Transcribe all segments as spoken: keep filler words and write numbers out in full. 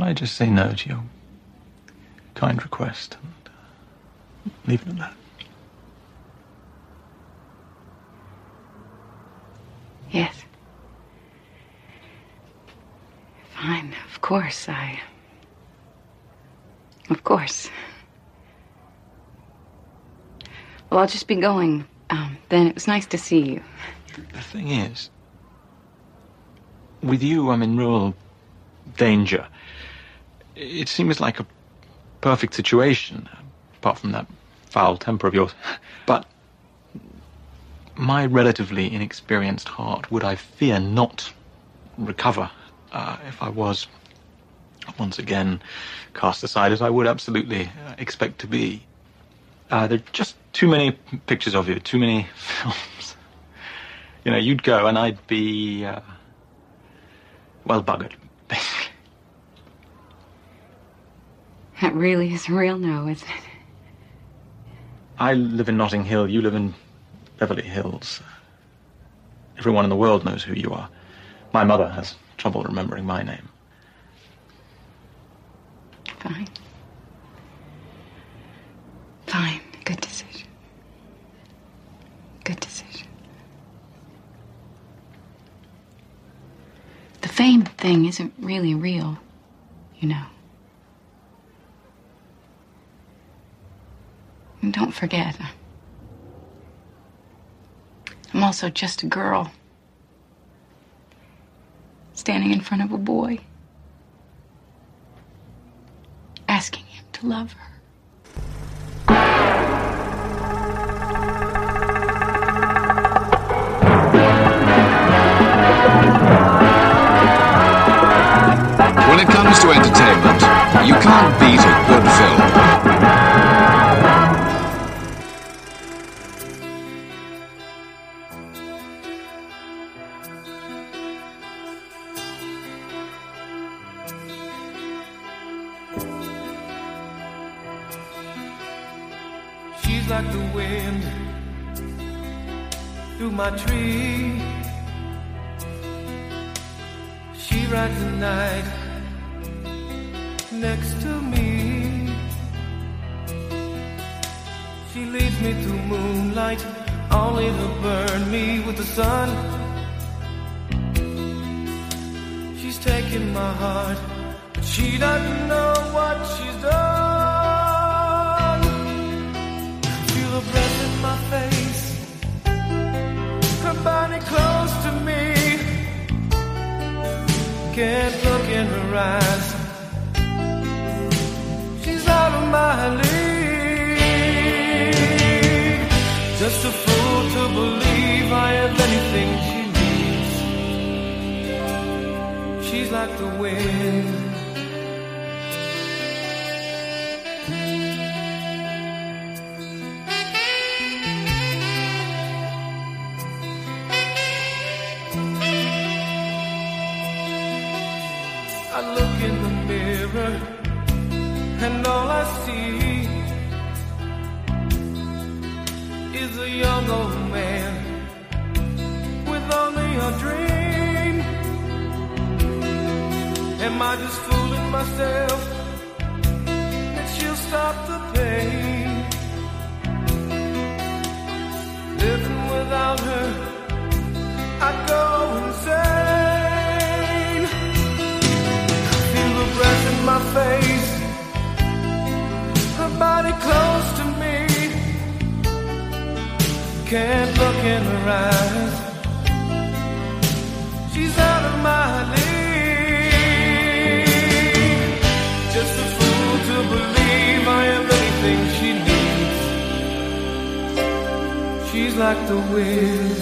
can I just say no to your kind request and uh, leave it at that? Yes. Fine, of course, I... Of course. Well, I'll just be going. Um, then it was nice to see you. The thing is, with you, I'm in real danger. It seems like a perfect situation, apart from that foul temper of yours. But my relatively inexperienced heart would, I fear, not recover uh, if I was once again cast aside, as I would absolutely uh, expect to be. Uh, there are just too many pictures of you, too many films. You know, you'd go and I'd be, uh, well, buggered, basically. That really is a real no, isn't it? I live in Notting Hill, you live in Beverly Hills. Everyone in the world knows who you are. My mother has trouble remembering my name. Fine. Fine. Good decision. Good decision. The fame thing isn't really real, you know. And don't forget, I'm also just a girl standing in front of a boy, asking him to love her. When it comes to entertainment, you can't beat a good film. She's like the wind through my tree. She rides the night next to me. She leads me through moonlight, only to burn me with the sun. She's taking my heart, but she doesn't know what she's done. Feel her breath in my face, her body close to me. Can't look in her eyes, she's out of my league. Just a fool to believe I have anything she needs. She's like the wind. I look in the mirror and all I see is a young old man with only a dream. Am I just fooling myself that she'll stop the pain? Living without her, I'd go insane. Feel the breath in my face, her body close to me. Can't look in her eyes, she's out of my league. Just a fool to believe I am anything she needs. She's like the wind.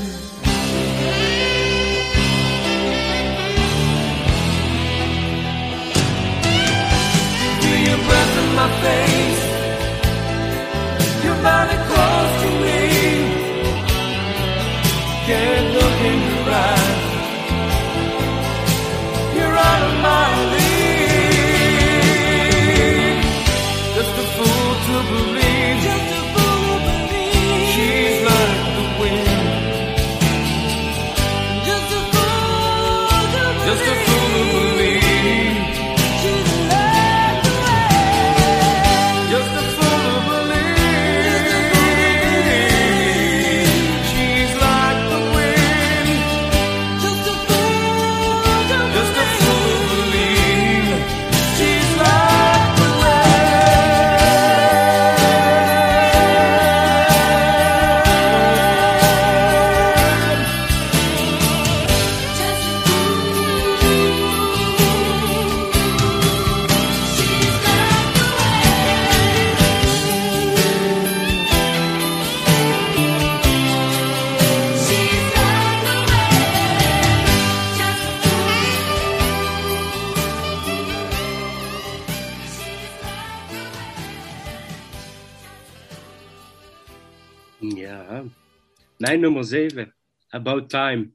Feel your breath in my face, your body close to me. Can't look in your eyes, you're out of my league. Just a fool to believe, just a fool to believe. She's like the wind. Ja. Mijn nummer zeven. About Time.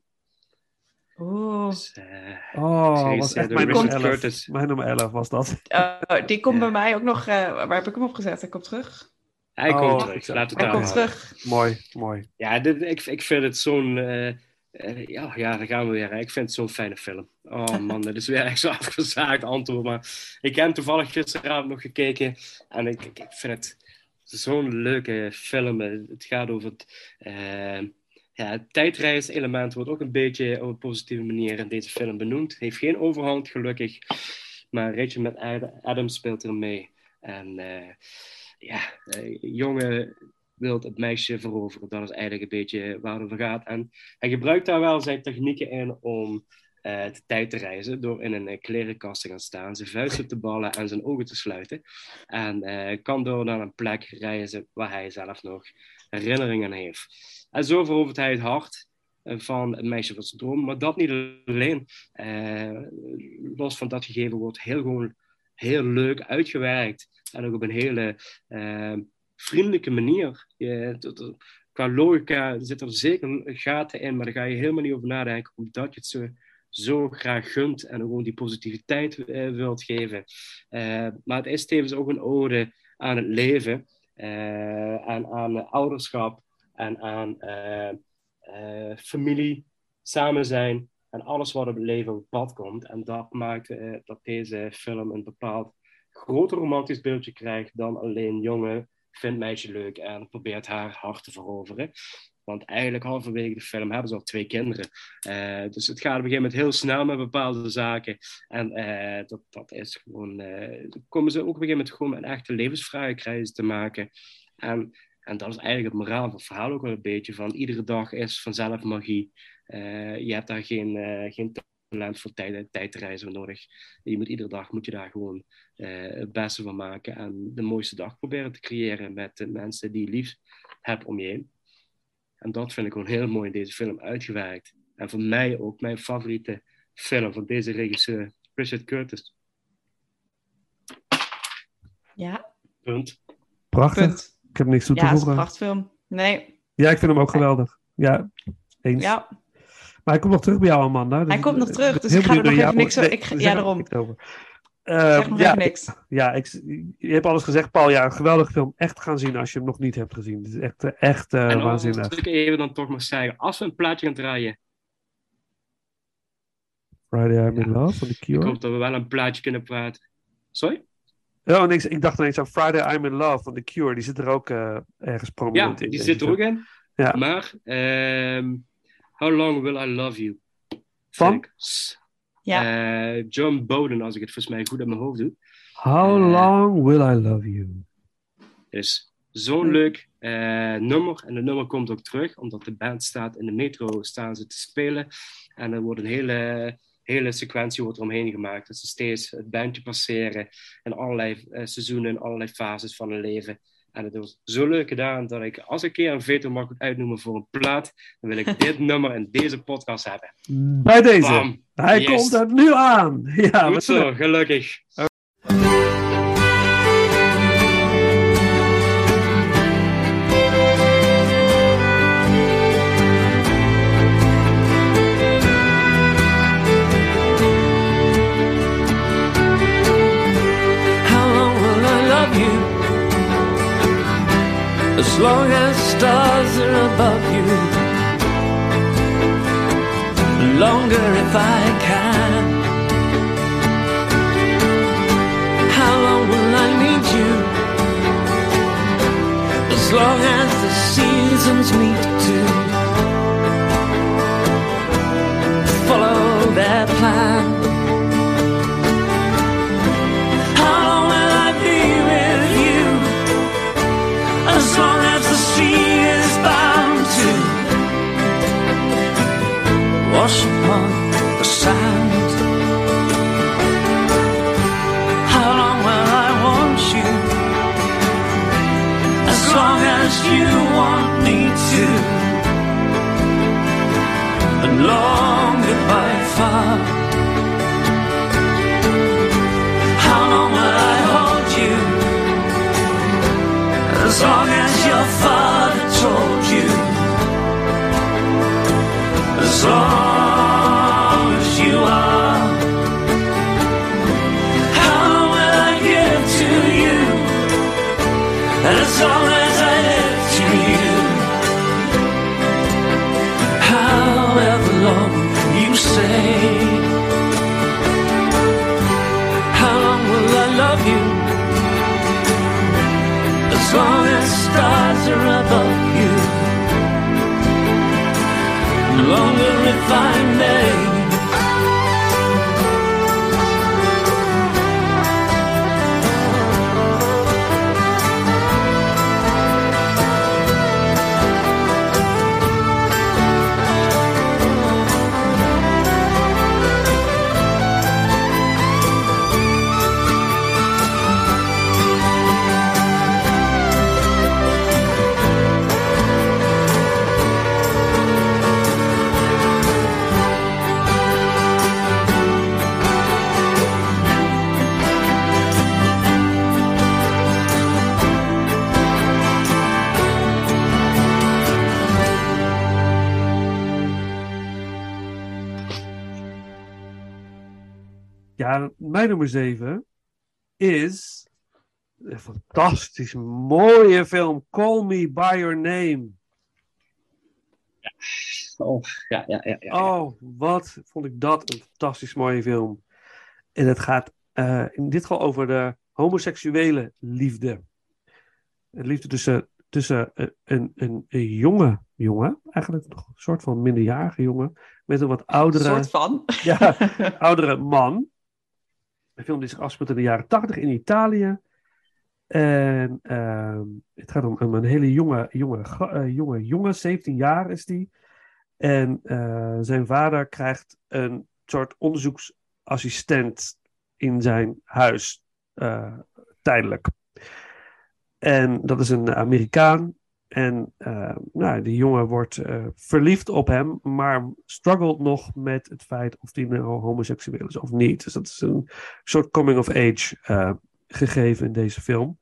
Oeh. Dus, uh, Oh, was echt mijn nummer elf. Curtis. Mijn nummer elf was dat. Uh, die komt Ja. bij mij ook nog... Uh, waar heb ik hem opgezet? Hij komt terug. Hij Oh, komt terug. Laat het Hij daar komt houden. terug. Mooi, mooi. Ja, dit, ik, ik vind het zo'n... Uh, uh, ja, ja, daar gaan we weer. Hè. Ik vind het zo'n fijne film. Oh man, dat is weer echt zo afgezaagd antwoord. Maar ik heb hem toevallig gisteravond nog gekeken. En ik, ik, ik vind het zo'n leuke film. Het gaat over het... Uh, ja, het tijdreiselement wordt ook een beetje op een positieve manier in deze film benoemd. Het heeft geen overhand, gelukkig. Maar Rachel McAdams speelt er mee. En uh, ja, uh, jongen wil het meisje veroveren. Dat is eigenlijk een beetje waar het over gaat. En hij gebruikt daar wel zijn technieken in om uh, de tijd te reizen. Door in een klerenkast te gaan staan, zijn vuisten te ballen en zijn ogen te sluiten. En uh, kan door naar een plek reizen waar hij zelf nog herinneringen aan heeft. En zo verovert hij het hart van een meisje van zijn droom. Maar dat niet alleen. Uh, los van dat gegeven wordt heel gewoon heel leuk uitgewerkt. En ook op een hele uh, vriendelijke manier. Je, t- t- qua logica zitten er zeker gaten in. Maar daar ga je helemaal niet over nadenken. Omdat je het zo, zo graag gunt. En gewoon die positiviteit uh, wilt geven. Uh, maar het is tevens ook een ode aan het leven. Uh, en aan uh, ouderschap. En aan uh, uh, familie, samen zijn en alles wat op het leven op het pad komt. En dat maakt uh, dat deze film een bepaald groter romantisch beeldje krijgt dan alleen jongen vindt meisje leuk en probeert haar hart te veroveren. Want eigenlijk halverwege de film hebben ze al twee kinderen. Uh, dus het gaat op een gegeven moment heel snel met bepaalde zaken. En uh, dat, dat is gewoon... Uh, komen ze ook op een gegeven moment gewoon met een echte levensvragen krijgen te maken. En... En dat is eigenlijk het moraal van het verhaal ook wel een beetje. Van iedere dag is vanzelf magie. Uh, je hebt daar geen, uh, geen talent voor tijd, tijdreizen nodig. Je moet iedere dag moet je daar gewoon uh, het beste van maken. En de mooiste dag proberen te creëren met de mensen die je lief hebt om je heen. En dat vind ik gewoon heel mooi in deze film uitgewerkt. En voor mij ook mijn favoriete film van deze regisseur, Richard Curtis. Ja. Punt. Prachtig. Punt. Ik heb niks toe te Ja, het is een voegen. prachtfilm. Nee. Ja, ik vind hem ook geweldig. Ja, eens. Ja. Maar hij komt nog terug bij jou, Amanda. Dus Hij komt nog terug, dus heel ik ga er nog benieuwd even naar niks jou. over... Ik, Nee, ja, zeg er daarom. niks over. Ik Uh, zeg nog ja, even niks. Ja, ik, je hebt alles gezegd, Paul. Ja, een geweldige film. Echt gaan zien als je hem nog niet hebt gezien. Het is echt, uh, echt uh, en waanzinnig. als ik even dan toch mag zeggen, als we een plaatje gaan draaien, Friday I'm in Love van The ik Cure. hoop dat we wel een plaatje kunnen praten. Sorry? Oh, niks. Ik dacht ineens aan Friday I'm in Love van The Cure. Die zit er ook uh, ergens Ja, prominent in. die deze zit er ook film. in. Ja. Maar, um, How Long Will I Love You? Van? Vind ik s- Ja. uh, John Bowden, als ik het volgens mij goed in mijn hoofd doe. How Uh, long will I love you? Het is zo'n leuk uh, nummer. En het nummer komt ook terug, omdat de band staat in de metro, staan ze te spelen. En er wordt een hele, hele sequentie wordt eromheen gemaakt. Dat ze steeds het bandje passeren in allerlei uh, seizoenen, in allerlei fases van hun leven. En het was zo leuk gedaan dat ik, als ik een keer een veto mag uitnoemen voor een plaat, dan wil ik dit nummer in deze podcast hebben. Bij deze. Bam. Hij Yes. komt er nu aan. Ja, Goed zo, gelukkig. How long will I love you? As long as stars are above you. Longer if I can. How long will I need you? As long as the seasons meet to follow their plan. How long will I be with you? As long as the sea is bound to wash upon the sand. How long will I want you? As long as you want me to. And long by far. How long will I hold you? As long as your father told as long as I live to you. However long you say, how long will I love you? As long as stars are above you. No longer if I may. Ja, mijn nummer zeven is een fantastisch mooie film, Call Me By Your Name. Oh, ja, ja, ja. ja. Oh, wat vond ik dat een fantastisch mooie film. En het gaat uh, in dit geval over de homoseksuele liefde. De liefde tussen, tussen een, een, een, een jonge jongen, eigenlijk nog een soort van minderjarige jongen, met een wat oudere, Een soort van. ja, oudere man. De film die zich afspeelt in de jaren tachtig in Italië. En uh, het gaat om, om een hele jonge, jonge, uh, jonge jongen, zeventien jaar is die. En uh, zijn vader krijgt een soort onderzoeksassistent in zijn huis, uh, tijdelijk. En dat is een Amerikaan. En uh, nou, die jongen wordt uh, verliefd op hem, maar struggelt nog met het feit of hij nou homoseksueel is of niet. Dus dat is een soort coming-of-age uh, gegeven in deze film.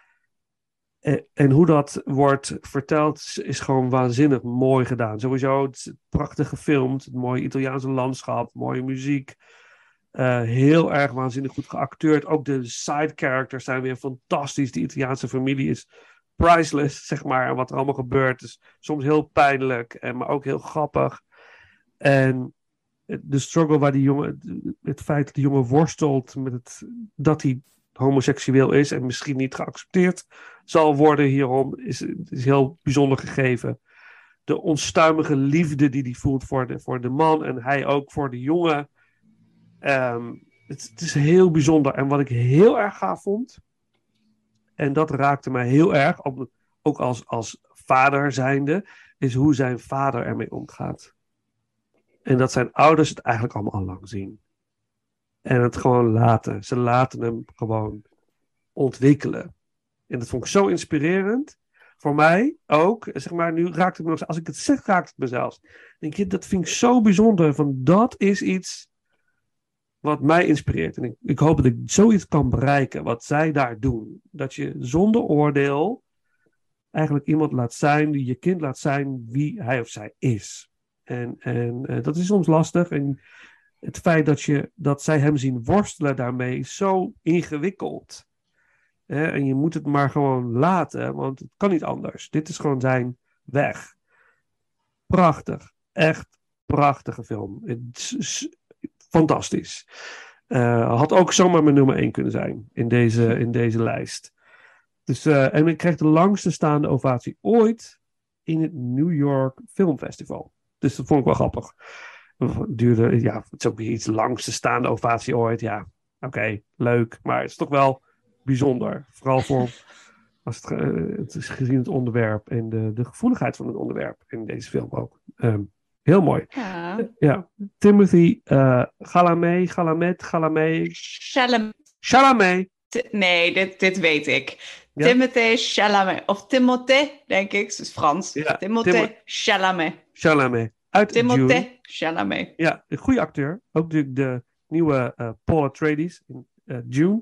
En, en hoe dat wordt verteld is gewoon waanzinnig mooi gedaan. Sowieso, het is prachtig gefilmd, het mooie Italiaanse landschap, mooie muziek. Uh, heel erg waanzinnig goed geacteerd. Ook de side characters zijn weer fantastisch. De Italiaanse familie is priceless, zeg maar. En wat er allemaal gebeurt is soms heel pijnlijk, en, maar ook heel grappig. En de struggle waar die jongen, het feit dat die jongen worstelt met het, dat hij homoseksueel is en misschien niet geaccepteerd zal worden hierom, is, is heel bijzonder gegeven. De onstuimige liefde die hij voelt voor de, voor de man en hij ook voor de jongen. Um, het, het is heel bijzonder. En wat ik heel erg gaaf vond, en dat raakte mij heel erg, ook als, als vader zijnde, is hoe zijn vader ermee omgaat. En dat zijn ouders het eigenlijk allemaal al lang zien. En het gewoon laten. Ze laten hem gewoon ontwikkelen. En dat vond ik zo inspirerend. Voor mij ook. Zeg maar, nu raakt het me nog, als ik het zeg, raakt het me zelfs. Denk je, dat vind ik zo bijzonder. Van dat is iets wat mij inspireert. En ik, ik hoop dat ik zoiets kan bereiken. Wat zij daar doen. Dat je zonder oordeel eigenlijk iemand laat zijn, die je kind laat zijn wie hij of zij is. En, en uh, dat is soms lastig. En het feit dat, je, dat zij hem zien worstelen daarmee is zo ingewikkeld. Hè? En je moet het maar gewoon laten, want het kan niet anders. Dit is gewoon zijn weg. Prachtig. Echt prachtige film. Het is fantastisch. Uh, had ook zomaar mijn nummer één kunnen zijn in deze, in deze lijst. Dus, uh, en ik kreeg de langste staande ovatie ooit in het New York Film Festival. Dus dat vond ik wel grappig. Het duurde, ja, het is ook weer iets langste staande ovatie ooit. Ja, oké, okay, leuk. Maar het is toch wel bijzonder. Vooral voor, als het, uh, het is gezien het onderwerp en de, de gevoeligheid van het onderwerp in deze film ook. Um, heel mooi. Ja. Ja. Timothy uh, Chalamet, Chalamet, Chalamet. Chalamet. Chalamet. T- nee, dit, dit weet ik. Ja? Timothée Chalamet. Of Timothée, denk ik. Het is Frans. Ja, Timothée Timo- Chalamet. Chalamet. Uit Timothée Dune. Chalamet. Ja, een goede acteur. Ook de, de nieuwe uh, Paul Atreides in uh, Dune.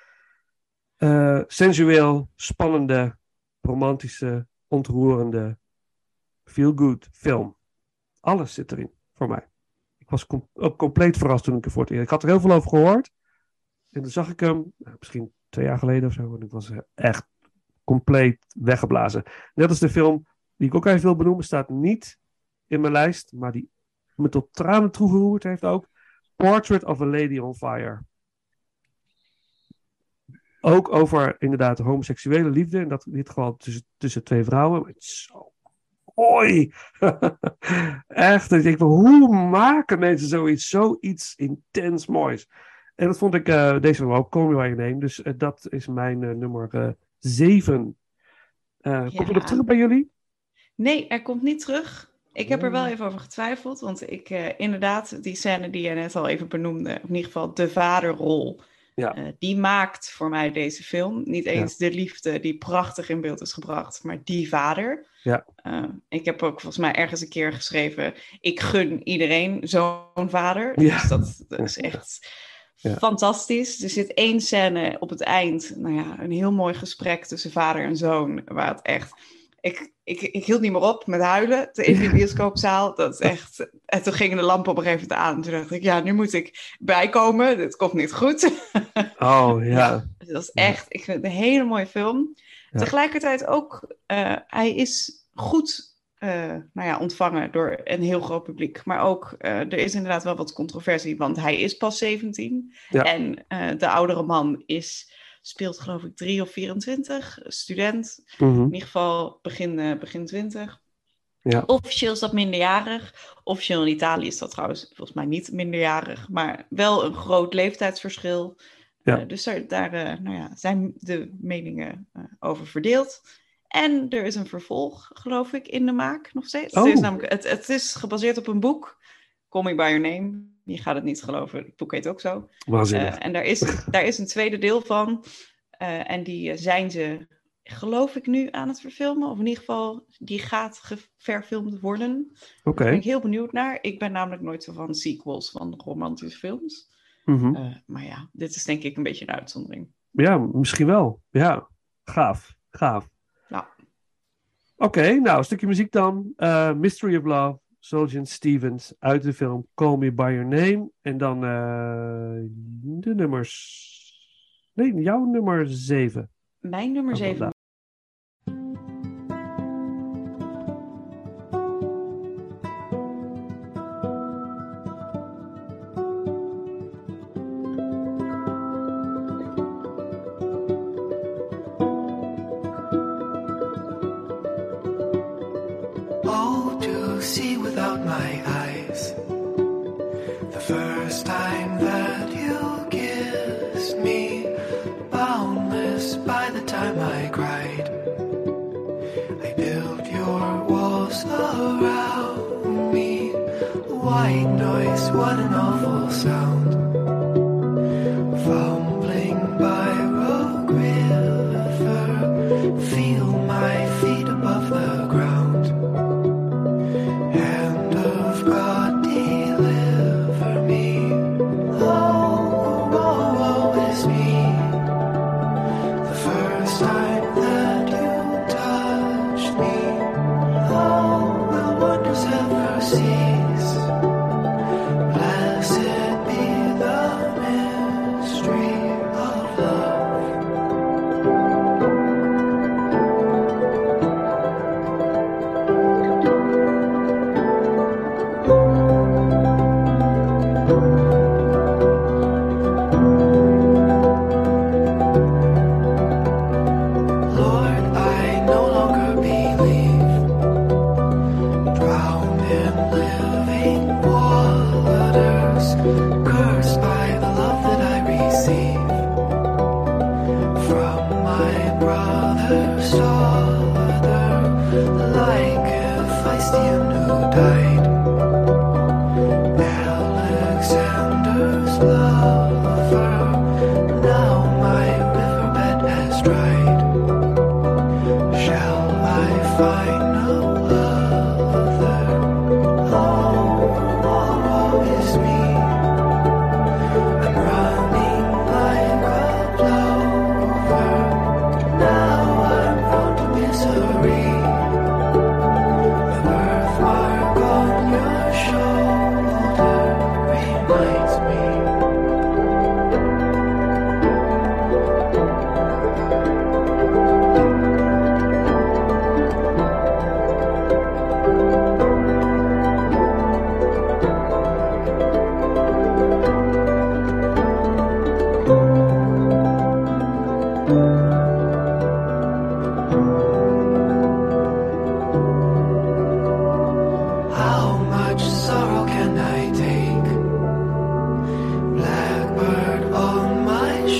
Uh, sensueel, spannende, romantische, ontroerende, feel-good film. Alles zit erin, voor mij. Ik was com- ook compleet verrast toen ik er voor het eerst... Ik had er heel veel over gehoord. En toen zag ik hem, nou, misschien twee jaar geleden of zo. En ik was uh, echt compleet weggeblazen. Net als de film die ik ook even wil benoemen, staat niet in mijn lijst, maar die me tot tranen toegeroerd heeft ook. Portrait of a Lady on Fire. Ook over inderdaad homoseksuele liefde. En dat in dit geval tussen, tussen twee vrouwen. Het is zo mooi. Echt. Ik denk van, hoe maken mensen zoiets, zoiets intens moois? En dat vond ik uh, deze film ook. Call Me By Your Name. Dus uh, dat is mijn uh, nummer uh, zeven. Uh, Ja. Komt er nog terug bij jullie? Nee, hij komt niet terug. Ik heb er wel even over getwijfeld. Want ik, uh, inderdaad, die scène die je net al even benoemde. Of in ieder geval de vaderrol. Ja. Uh, die maakt voor mij deze film. Niet eens de liefde die prachtig in beeld is gebracht. Maar die vader. Ja. Uh, ik heb ook volgens mij ergens een keer geschreven. Ik gun iedereen zo'n vader. Ja. Dus dat, dat is echt Ja. fantastisch. Er zit één scène op het eind. Nou ja, een heel mooi gesprek tussen vader en zoon. Waar het echt... Ik, ik, ik hield niet meer op met huilen in de bioscoopzaal. Dat is echt... En toen gingen de lampen op een gegeven moment aan. Toen dacht ik, ja, nu moet ik bijkomen. Dit komt niet goed. Oh, ja. Dus dat is echt... Ik vind het een hele mooie film. Ja. Tegelijkertijd ook... Uh, hij is goed... Uh, nou ja, ontvangen door een heel groot publiek. Maar ook, uh, er is inderdaad wel wat controversie, want hij is pas zeventien. Ja. En uh, de oudere man is, speelt geloof ik drie of vierentwintig, student. Mhm. In ieder geval begin, uh, begin twintig. Ja. Officieel is dat minderjarig. Officieel in Italië is dat trouwens volgens mij niet minderjarig, maar wel een groot leeftijdsverschil. Ja. Uh, dus daar, daar uh, nou ja, zijn de meningen uh, over verdeeld. En er is een vervolg, geloof ik, in de maak nog steeds. Oh. Het, is namelijk, het, het is gebaseerd op een boek, Call Me By Your Name. Je gaat het niet geloven, het boek heet ook zo. Waanzinnig. Uh, en daar is, daar is een tweede deel van. Uh, en die uh, zijn ze, geloof ik, nu aan het verfilmen. Of in ieder geval, die gaat geverfilmd worden. Oké. Daar ben ik heel benieuwd naar. Ik ben namelijk nooit zo van sequels van romantische films. Mhm. Uh, maar ja, dit is denk ik een beetje een uitzondering. Ja, misschien wel. Ja, gaaf. Gaaf. Nou. Oké, okay, nou, een stukje muziek dan. Uh, Mystery of Love, Sgt. Stevens uit de film Call Me By Your Name. En dan uh, de nummers... Nee, jouw nummer zeven. Mijn nummer Oh, zeven. Oh, to see without my eyes. The first time that you kissed me, boundless by the time I cried. I built your walls around me. White noise, what an awful sound. Fumbling by Rogue River, feel my feet above the ground. Hand of God, deliver me. Oh, oh, oh, is me. The first time that you touched me. Oh, will wonders ever cease? Blessed be the mystery of love.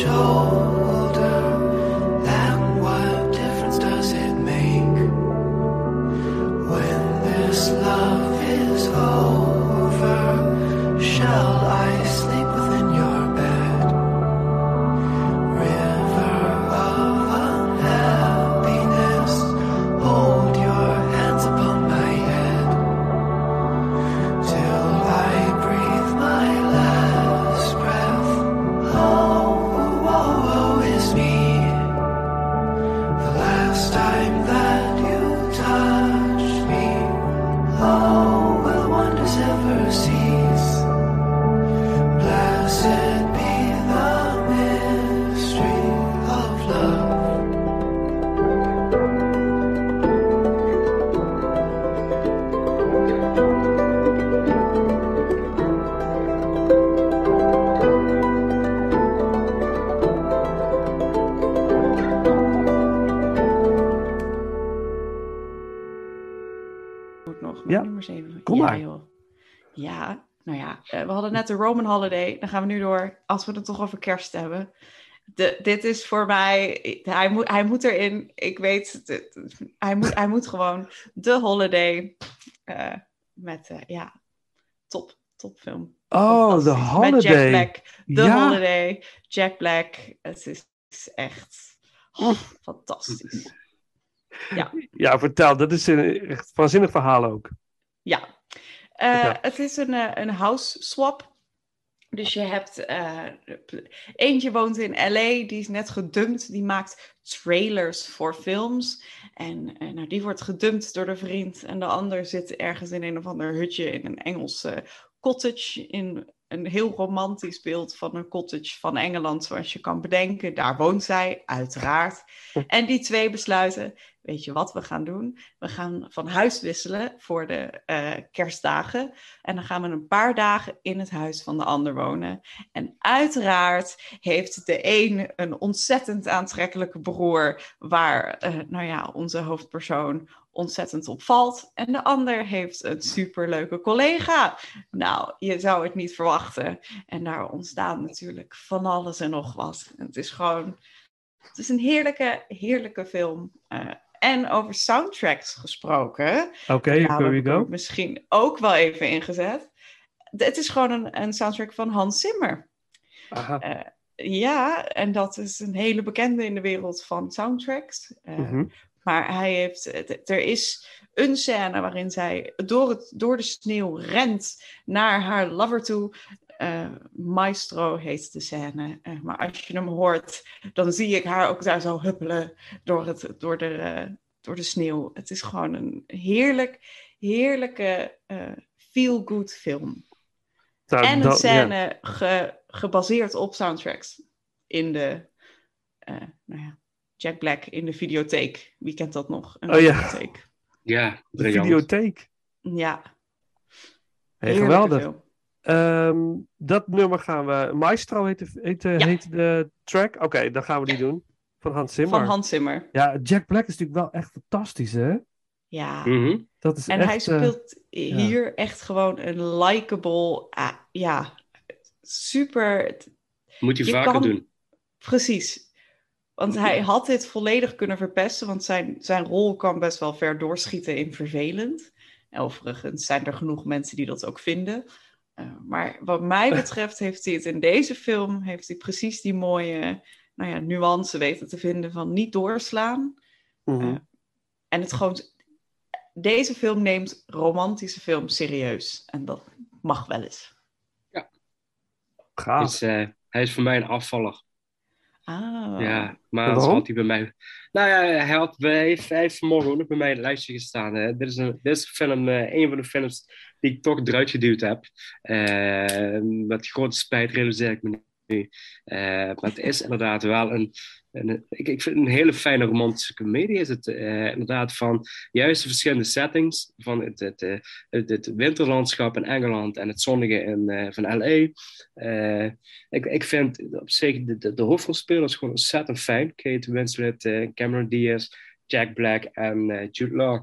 older, then what difference does it make? When this love is over, shall I sleep within your bed? River of unhappiness, hold your hands upon my head, till I breathe my last breath. Oh, woe, woe is me. The last time that you touched me, oh, will wonders ever cease? Blessed be the mystery of love. Goed nog, Ja, nummer zeven. kom ja, maar. Joh. Ja, nou ja, eh, we hadden net de Roman Holiday. Dan gaan we nu door, als we het toch over kerst hebben. De, dit is voor mij, hij moet, hij moet erin. Ik weet, het, het- hij, moet, hij moet gewoon de Holiday. eh, met, eh, ja, top, topfilm. Oh, The Fantastisch. Met Jack Holiday. Black. The Ja. Holiday, Jack Black. Het is, is echt oh, fantastisch. Ja. Ja, vertel. Dat is een echt waanzinnig verhaal ook. Ja, Eh, Vertel. het is een, eh, een house swap. Dus je hebt eh, eentje woont in L A, die is net gedumpt. Die maakt trailers voor films. En eh, nou, die wordt gedumpt door de vriend. En de ander zit ergens in een of ander hutje in een Engelse cottage. In een heel romantisch beeld van een cottage van Engeland, zoals je kan bedenken. Daar woont zij, uiteraard. En die twee besluiten, weet je wat we gaan doen? We gaan van huis wisselen voor de eh, kerstdagen. En dan gaan we een paar dagen in het huis van de ander wonen. En uiteraard heeft de een een ontzettend aantrekkelijke broer, waar eh, nou ja, onze hoofdpersoon ontzettend op valt. En de ander heeft een superleuke collega. Nou, je zou het niet verwachten. En daar ontstaan natuurlijk van alles en nog wat. En het is gewoon, het is een heerlijke, heerlijke film. Eh, en over soundtracks gesproken. Oké, Daarom here heb we ik er go. misschien ook wel even ingezet. De- Het is gewoon een, een soundtrack van Hans Zimmer. Aha. Eh, ja, en dat is een hele bekende in de wereld van soundtracks. Eh, Mhm. Maar hij heeft, het- er is een scène waarin zij door, het, door de sneeuw rent naar haar lover toe. Eh, Maestro heet de scène. Eh, maar als je hem hoort, dan zie ik haar ook daar zo huppelen door, het, door, de, eh, door de sneeuw. Het is gewoon een heerlijk, heerlijke eh, feel-good film. Nou, En een dat- ja. scène ge- gebaseerd op soundtracks in de, eh, nou ja, Jack Black in de videotheek. Wie kent dat nog? Een Oh ja. videotheek. Ja, De briljant. videotheek. Ja. Hey, Heerlijke geweldig. film. Ehm, dat nummer gaan we... Maestro heet de, heet de, Ja. heet de track. Oké, dan gaan we die doen. Van Hans Zimmer. Van Hans Zimmer. Ja, Jack Black is natuurlijk wel echt fantastisch, hè? Ja. Mhm. Dat is En echt... hij eh, speelt hier echt gewoon een likable... ah, ja, super... Moet je, Je vaker kan- doen. Precies. Want hij had dit volledig kunnen verpesten, want zijn, zijn rol kan best wel ver doorschieten in vervelend. En overigens zijn er genoeg mensen die dat ook vinden. Uh, maar wat mij betreft heeft hij het in deze film, heeft hij precies die mooie nou ja, nuance weten te vinden van niet doorslaan. mhm. Uh, en het gewoon... Deze film neemt romantische films serieus. En dat mag wel eens. Gaaf. Dus, eh, hij is voor mij een afvaller. Ah. Ja, maar En anders waarom? had hij bij mij... Nou ja, hij, had, hij, heeft, hij heeft vanmorgen ook nog bij mij in het lijstje gestaan. Hè. Dit is een, dit is een film, eh, een van de films die ik toch eruit geduwd heb. Eh, met grote spijt realiseer ik me nu. Eh, maar het is inderdaad wel een... een ik, ik vind het een hele fijne romantische comedie. Is het eh, inderdaad van juist de verschillende settings. Van het, het, het, het, het winterlandschap in Engeland en het zonnige in, uh, van L A. Uh, ik, ik vind op zich de, de, de hoofdrolspelers gewoon ontzettend fijn. Kate Winslet, uh, Cameron Diaz, Jack Black en uh, Jude Law.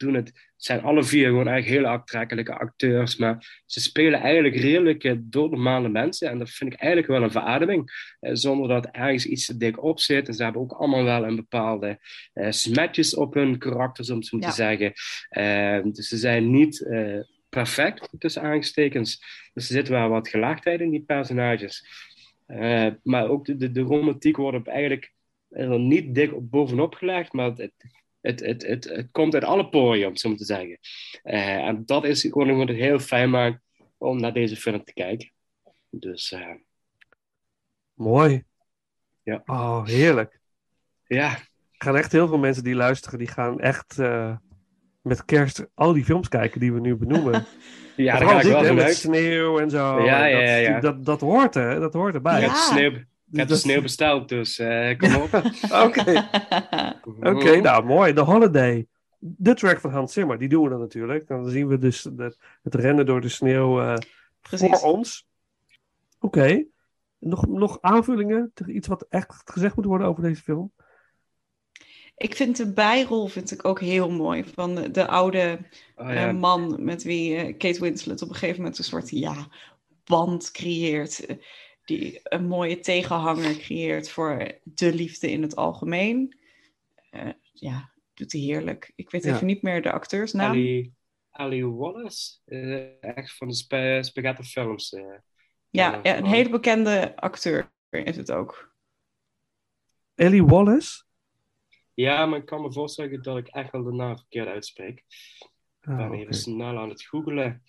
doen het, het zijn alle vier gewoon eigenlijk hele aantrekkelijke acteurs, maar ze spelen eigenlijk redelijk uh, doodnormale mensen en dat vind ik eigenlijk wel een verademing, uh, zonder dat ergens iets te dik op zit. En ze hebben ook allemaal wel een bepaalde uh, smetjes op hun karakters, om het zo Ja. te zeggen. Uh, dus ze zijn niet uh, perfect, tussen aangestekens. Dus er zit wel wat gelaagdheid in die personages. Uh, maar ook de, de, de romantiek wordt op eigenlijk er niet dik op bovenop gelegd, maar het, het, het, het, het komt uit alle poriën, om het zo maar te zeggen. Uh, en dat is gewoon wat het heel fijn maakt om naar deze film te kijken. Dus uh, Mooi. Ja. Oh, heerlijk. ja, Er gaan echt heel veel mensen die luisteren, die gaan echt uh, met kerst al die films kijken die we nu benoemen. ja daar Vooral ga ik dit, wel hè, met vanuit. sneeuw en zo. Ja, En ja, dat, ja, ja. Dat, dat hoort er, dat hoort erbij. Ik heb Ja. de sneeuw, ik heb de Dat- sneeuw besteld, dus uh, kom op. Oké, oké, nou mooi. The Holiday. De track van Hans Zimmer, die doen we dan natuurlijk. Dan zien we dus de, het rennen door de sneeuw uh, Precies. voor ons. Oké. Okay. Nog, nog aanvullingen? Iets wat echt gezegd moet worden over deze film? Ik vind de bijrol vind ik ook heel mooi. Van de, de oude Oh, eh, ja. man met wie eh, Kate Winslet op een gegeven moment een soort ja, band creëert. eh, Die een mooie tegenhanger creëert voor de liefde in het algemeen. Eh, ja, doet hij heerlijk. Ik weet Ja. even niet meer de acteursnaam. Ali, Ali Wallace, uh, echt van de sp spaghetti films. Uh, Ja, ja, een hele bekende acteur is het ook. Ellie Wallace? Ja, maar ik kan me voorstellen dat ik echt wel de naam verkeerd uitspreek. Ik Ah, ben oké. even snel aan het googelen.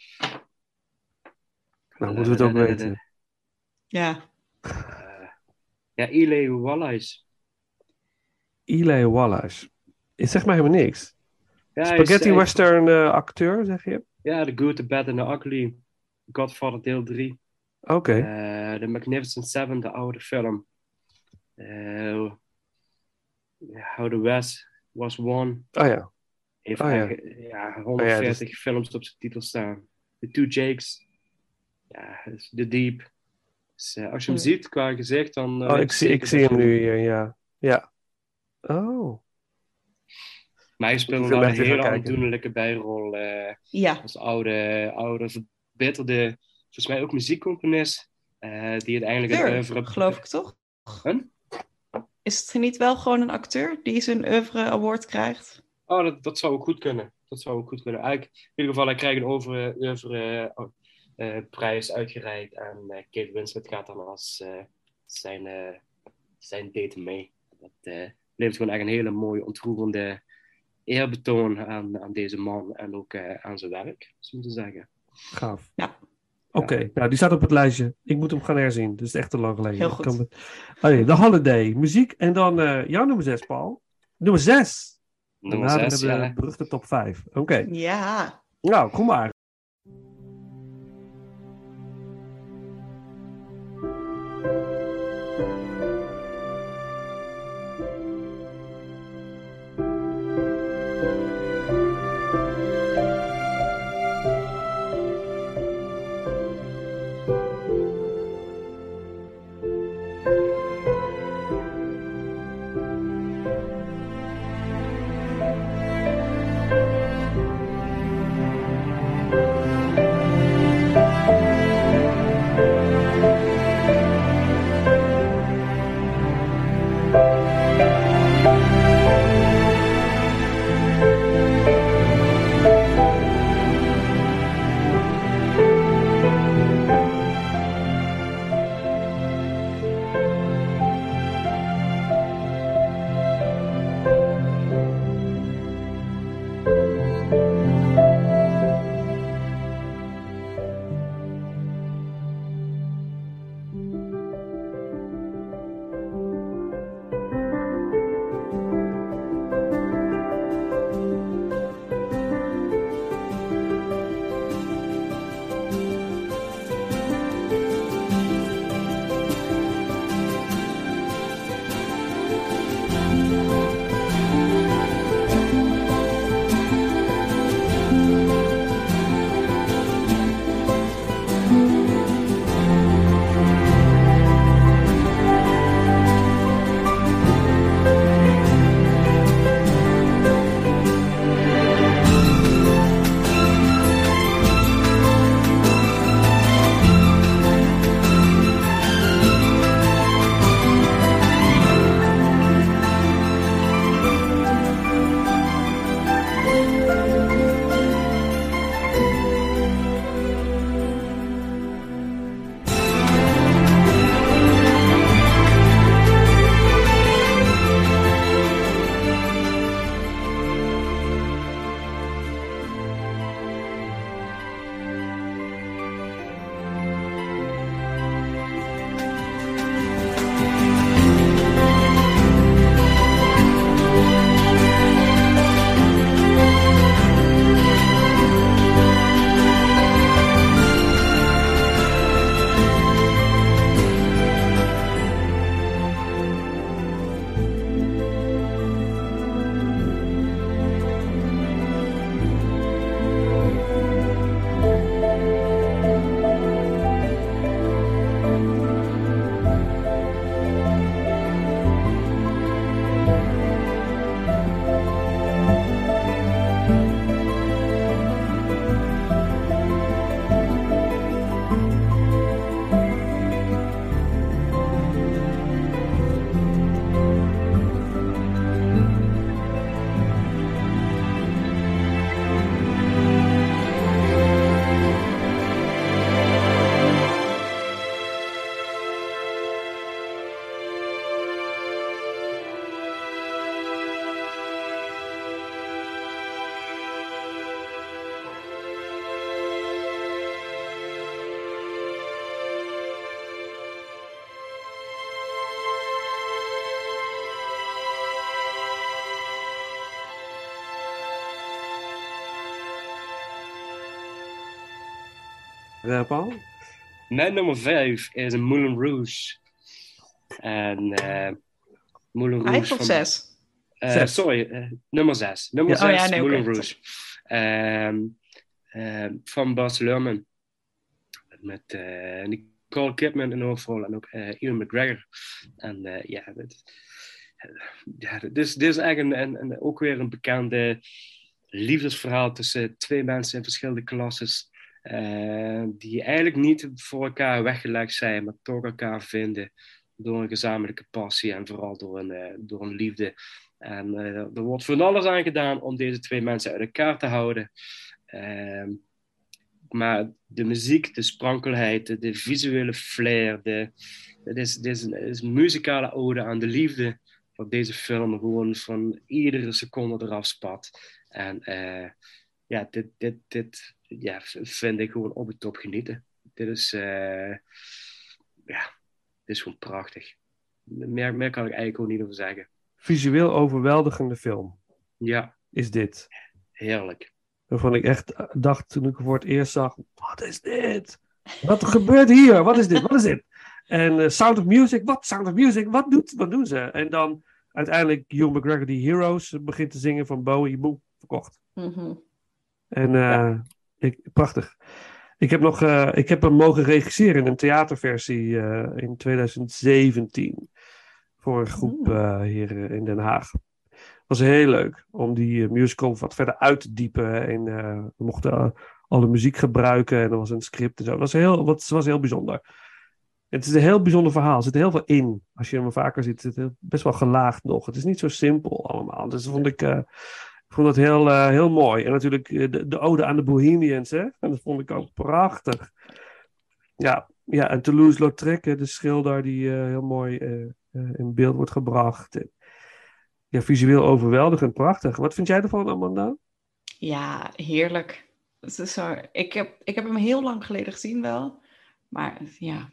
Nou, moeten we het ook weten. Ja, Uh, ja, Eli Wallace. Eli Wallace. Het zegt mij helemaal niks. Ja, hij Spaghetti is, uh, western uh, acteur, zeg je? Ja, The Good, The Bad and The Ugly. Godfather deel drie. Oké. Uh, The Magnificent Seven, de oude film. Uh, How the West Was Won. Oh ja. Heeft Oh, ja. eigenlijk, ja, honderdveertig Oh, ja, dus- films op zijn titel staan. The Two Jakes. Ja, dus The Deep. Dus, uh, als je hem Hm. ziet qua gezicht, dan... uh, Oh, weet ik je zie, ik zeker zie dat hem je- nu hier, ja. Ja. Oh. Maar hij speelt Moet wel ik een hem echt hele even kijken. aandoenlijke bijrol. uh, ja. als oude, oude, verbitterde... Volgens mij ook muziekcomponist. uh, die uiteindelijk het Acteur, oeuvre... geloof ik toch? Huh? Is het niet wel gewoon een acteur die zijn oeuvre award krijgt? Oh, dat, dat zou ook goed kunnen. Dat zou ook goed kunnen. Eigenlijk, in ieder geval, hij krijgt een over, oeuvre uh, uh, prijs uitgereikt. En uh, Kate Winslet gaat dan als uh, zijn, uh, zijn date mee. Dat uh, levert gewoon echt een hele mooie, ontroerende eerbetoon aan, aan deze man. En ook uh, aan zijn werk, zo te zeggen. Gaaf. Ja. Oké, nou die staat op het lijstje. Ik moet hem gaan herzien. Dat is echt te lang geleden. Heel Ik goed. kan het- Oh, nee, The Holiday, muziek. En dan uh, jouw nummer zes, Paul. Nummer zes. Nummer Daarna zes, hebben we ja. de beruchte top vijf. Oké, Ja. nou, kom maar. Thank uh, Paul? Mijn nummer vijf is een Moulin Rouge. En uh, Moulin Rouge Vijf of van, zes? Uh, Zes. Sorry, uh, nummer zes. Nummer Ja, zes, oh ja, nee, Moulin oké. Rouge. Um, uh, van Baz Luhrmann. Met uh, Nicole Kidman in de hoofdrol en ook uh, Ewan McGregor. En uh, ja, dit, uh, ja, dit, is, dit is eigenlijk een, een, een, ook weer een bekende liefdesverhaal tussen twee mensen in verschillende klasses. Uh, die eigenlijk niet voor elkaar weggelegd zijn, maar toch elkaar vinden door een gezamenlijke passie en vooral door een, uh, door een liefde. En uh, er wordt van alles aan gedaan om deze twee mensen uit elkaar te houden. Uh, maar de muziek, de sprankelheid, de, de visuele flair, de, het is, het is, een, het is een muzikale ode aan de liefde, wat deze film gewoon van iedere seconde eraf spat. En uh, ja, dit, dit, dit ja, vind ik gewoon op het top genieten. Dit is, uh, ja, dit is gewoon prachtig. Meer, meer kan ik eigenlijk ook niet over zeggen. Visueel overweldigende film. Ja. Is dit. Heerlijk. Waarvan ik echt dacht toen ik het voor het eerst zag, wat is dit? Wat gebeurt hier? Wat is dit? Wat is dit? En uh, Sound of Music, wat? Sound of Music, wat, doet, wat doen ze? En dan uiteindelijk Ewan McGregor die Heroes begint te zingen van Bowie, boem, verkocht. Mm-hmm. En uh, ja. ik, prachtig. Ik heb, nog, uh, ik heb hem mogen regisseren in een theaterversie uh, in twintig zeventien. Voor een groep uh, hier in Den Haag. Het was heel leuk om die uh, musical wat verder uit te diepen. En uh, we mochten uh, alle muziek gebruiken en er was een script en zo. Het was heel, wat, was heel bijzonder. Het is een heel bijzonder verhaal. Er zit heel veel in. Als je hem vaker ziet, zit het best wel gelaagd nog. Het is niet zo simpel allemaal. Dus vond ik, uh, ik vond het heel, uh, heel mooi. En natuurlijk uh, de, de ode aan de Bohemians. Hè? En dat vond ik ook prachtig. Ja, ja en Toulouse-Lautrec, de schilder die uh, heel mooi uh, uh, in beeld wordt gebracht. En, ja, visueel overweldigend, prachtig. Wat vind jij ervan, Amanda? Ja, heerlijk. Het is zo, ik, heb, ik heb hem heel lang geleden gezien wel. Maar ja,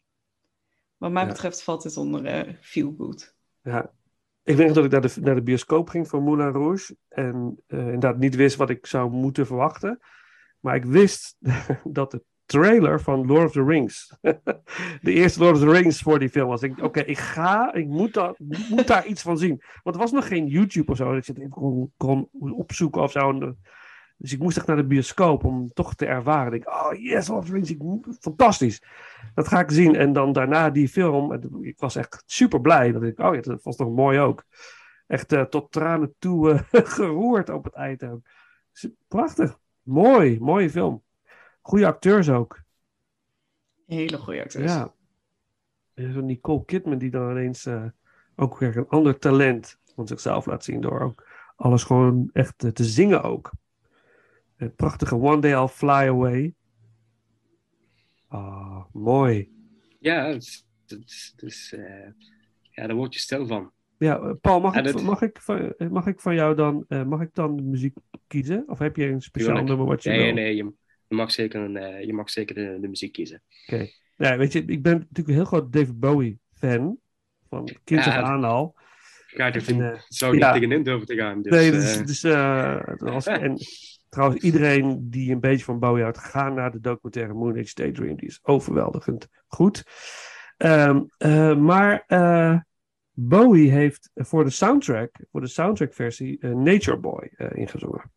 wat mij ja. betreft valt het onder uh, feel good. Ja, ik weet nog dat ik naar de, naar de bioscoop ging voor Moulin Rouge. En uh, inderdaad niet wist wat ik zou moeten verwachten. Maar ik wist dat de trailer van Lord of the Rings, de eerste Lord of the Rings voor die film was. Ik dacht, oké, okay, ik ga, ik moet, dat, moet daar iets van zien. Want er was nog geen YouTube of zo, dat je het even kon, kon opzoeken of zo. Dus ik moest echt naar de bioscoop om toch te ervaren. Ik dacht, oh yes, Lord of the Rings, ik, fantastisch. Dat ga ik zien. En dan daarna die film, ik was echt super blij. Dat ik, oh ja, dat was toch mooi ook. Echt uh, tot tranen toe uh, geroerd op het eind ook. Prachtig. Mooi, mooie film. Goede acteurs ook. Hele goede acteurs. Ja. En zo Nicole Kidman die dan ineens uh, ook weer een ander talent van zichzelf laat zien. Door ook alles gewoon echt uh, te zingen ook. Het prachtige One Day I'll Fly Away. Ah, oh, mooi. Ja, het is, het is, het is, uh, ja, daar word je stil van. Ja, Paul, mag, ik, het... mag, ik, van, mag ik van jou dan, uh, mag ik dan de muziek kiezen? Of heb je een speciaal Tuurlijk. nummer wat je nee, wil? Nee, je, je mag zeker, een, uh, je mag zeker de, de muziek kiezen. Oké. Okay. Ja, weet je, ik ben natuurlijk een heel groot David Bowie fan. Van kind af aan al. Ga ik er uh, zou ik ja. niet tegenin durven te gaan. Dus, nee, dus... Uh... dus uh, was, en trouwens, iedereen die een beetje van Bowie houdt, ga naar de documentaire Moon Age Daydream. Die is overweldigend goed. Um, uh, maar uh, Bowie heeft voor de soundtrack, voor de soundtrackversie, uh, Nature Boy uh, ingezongen.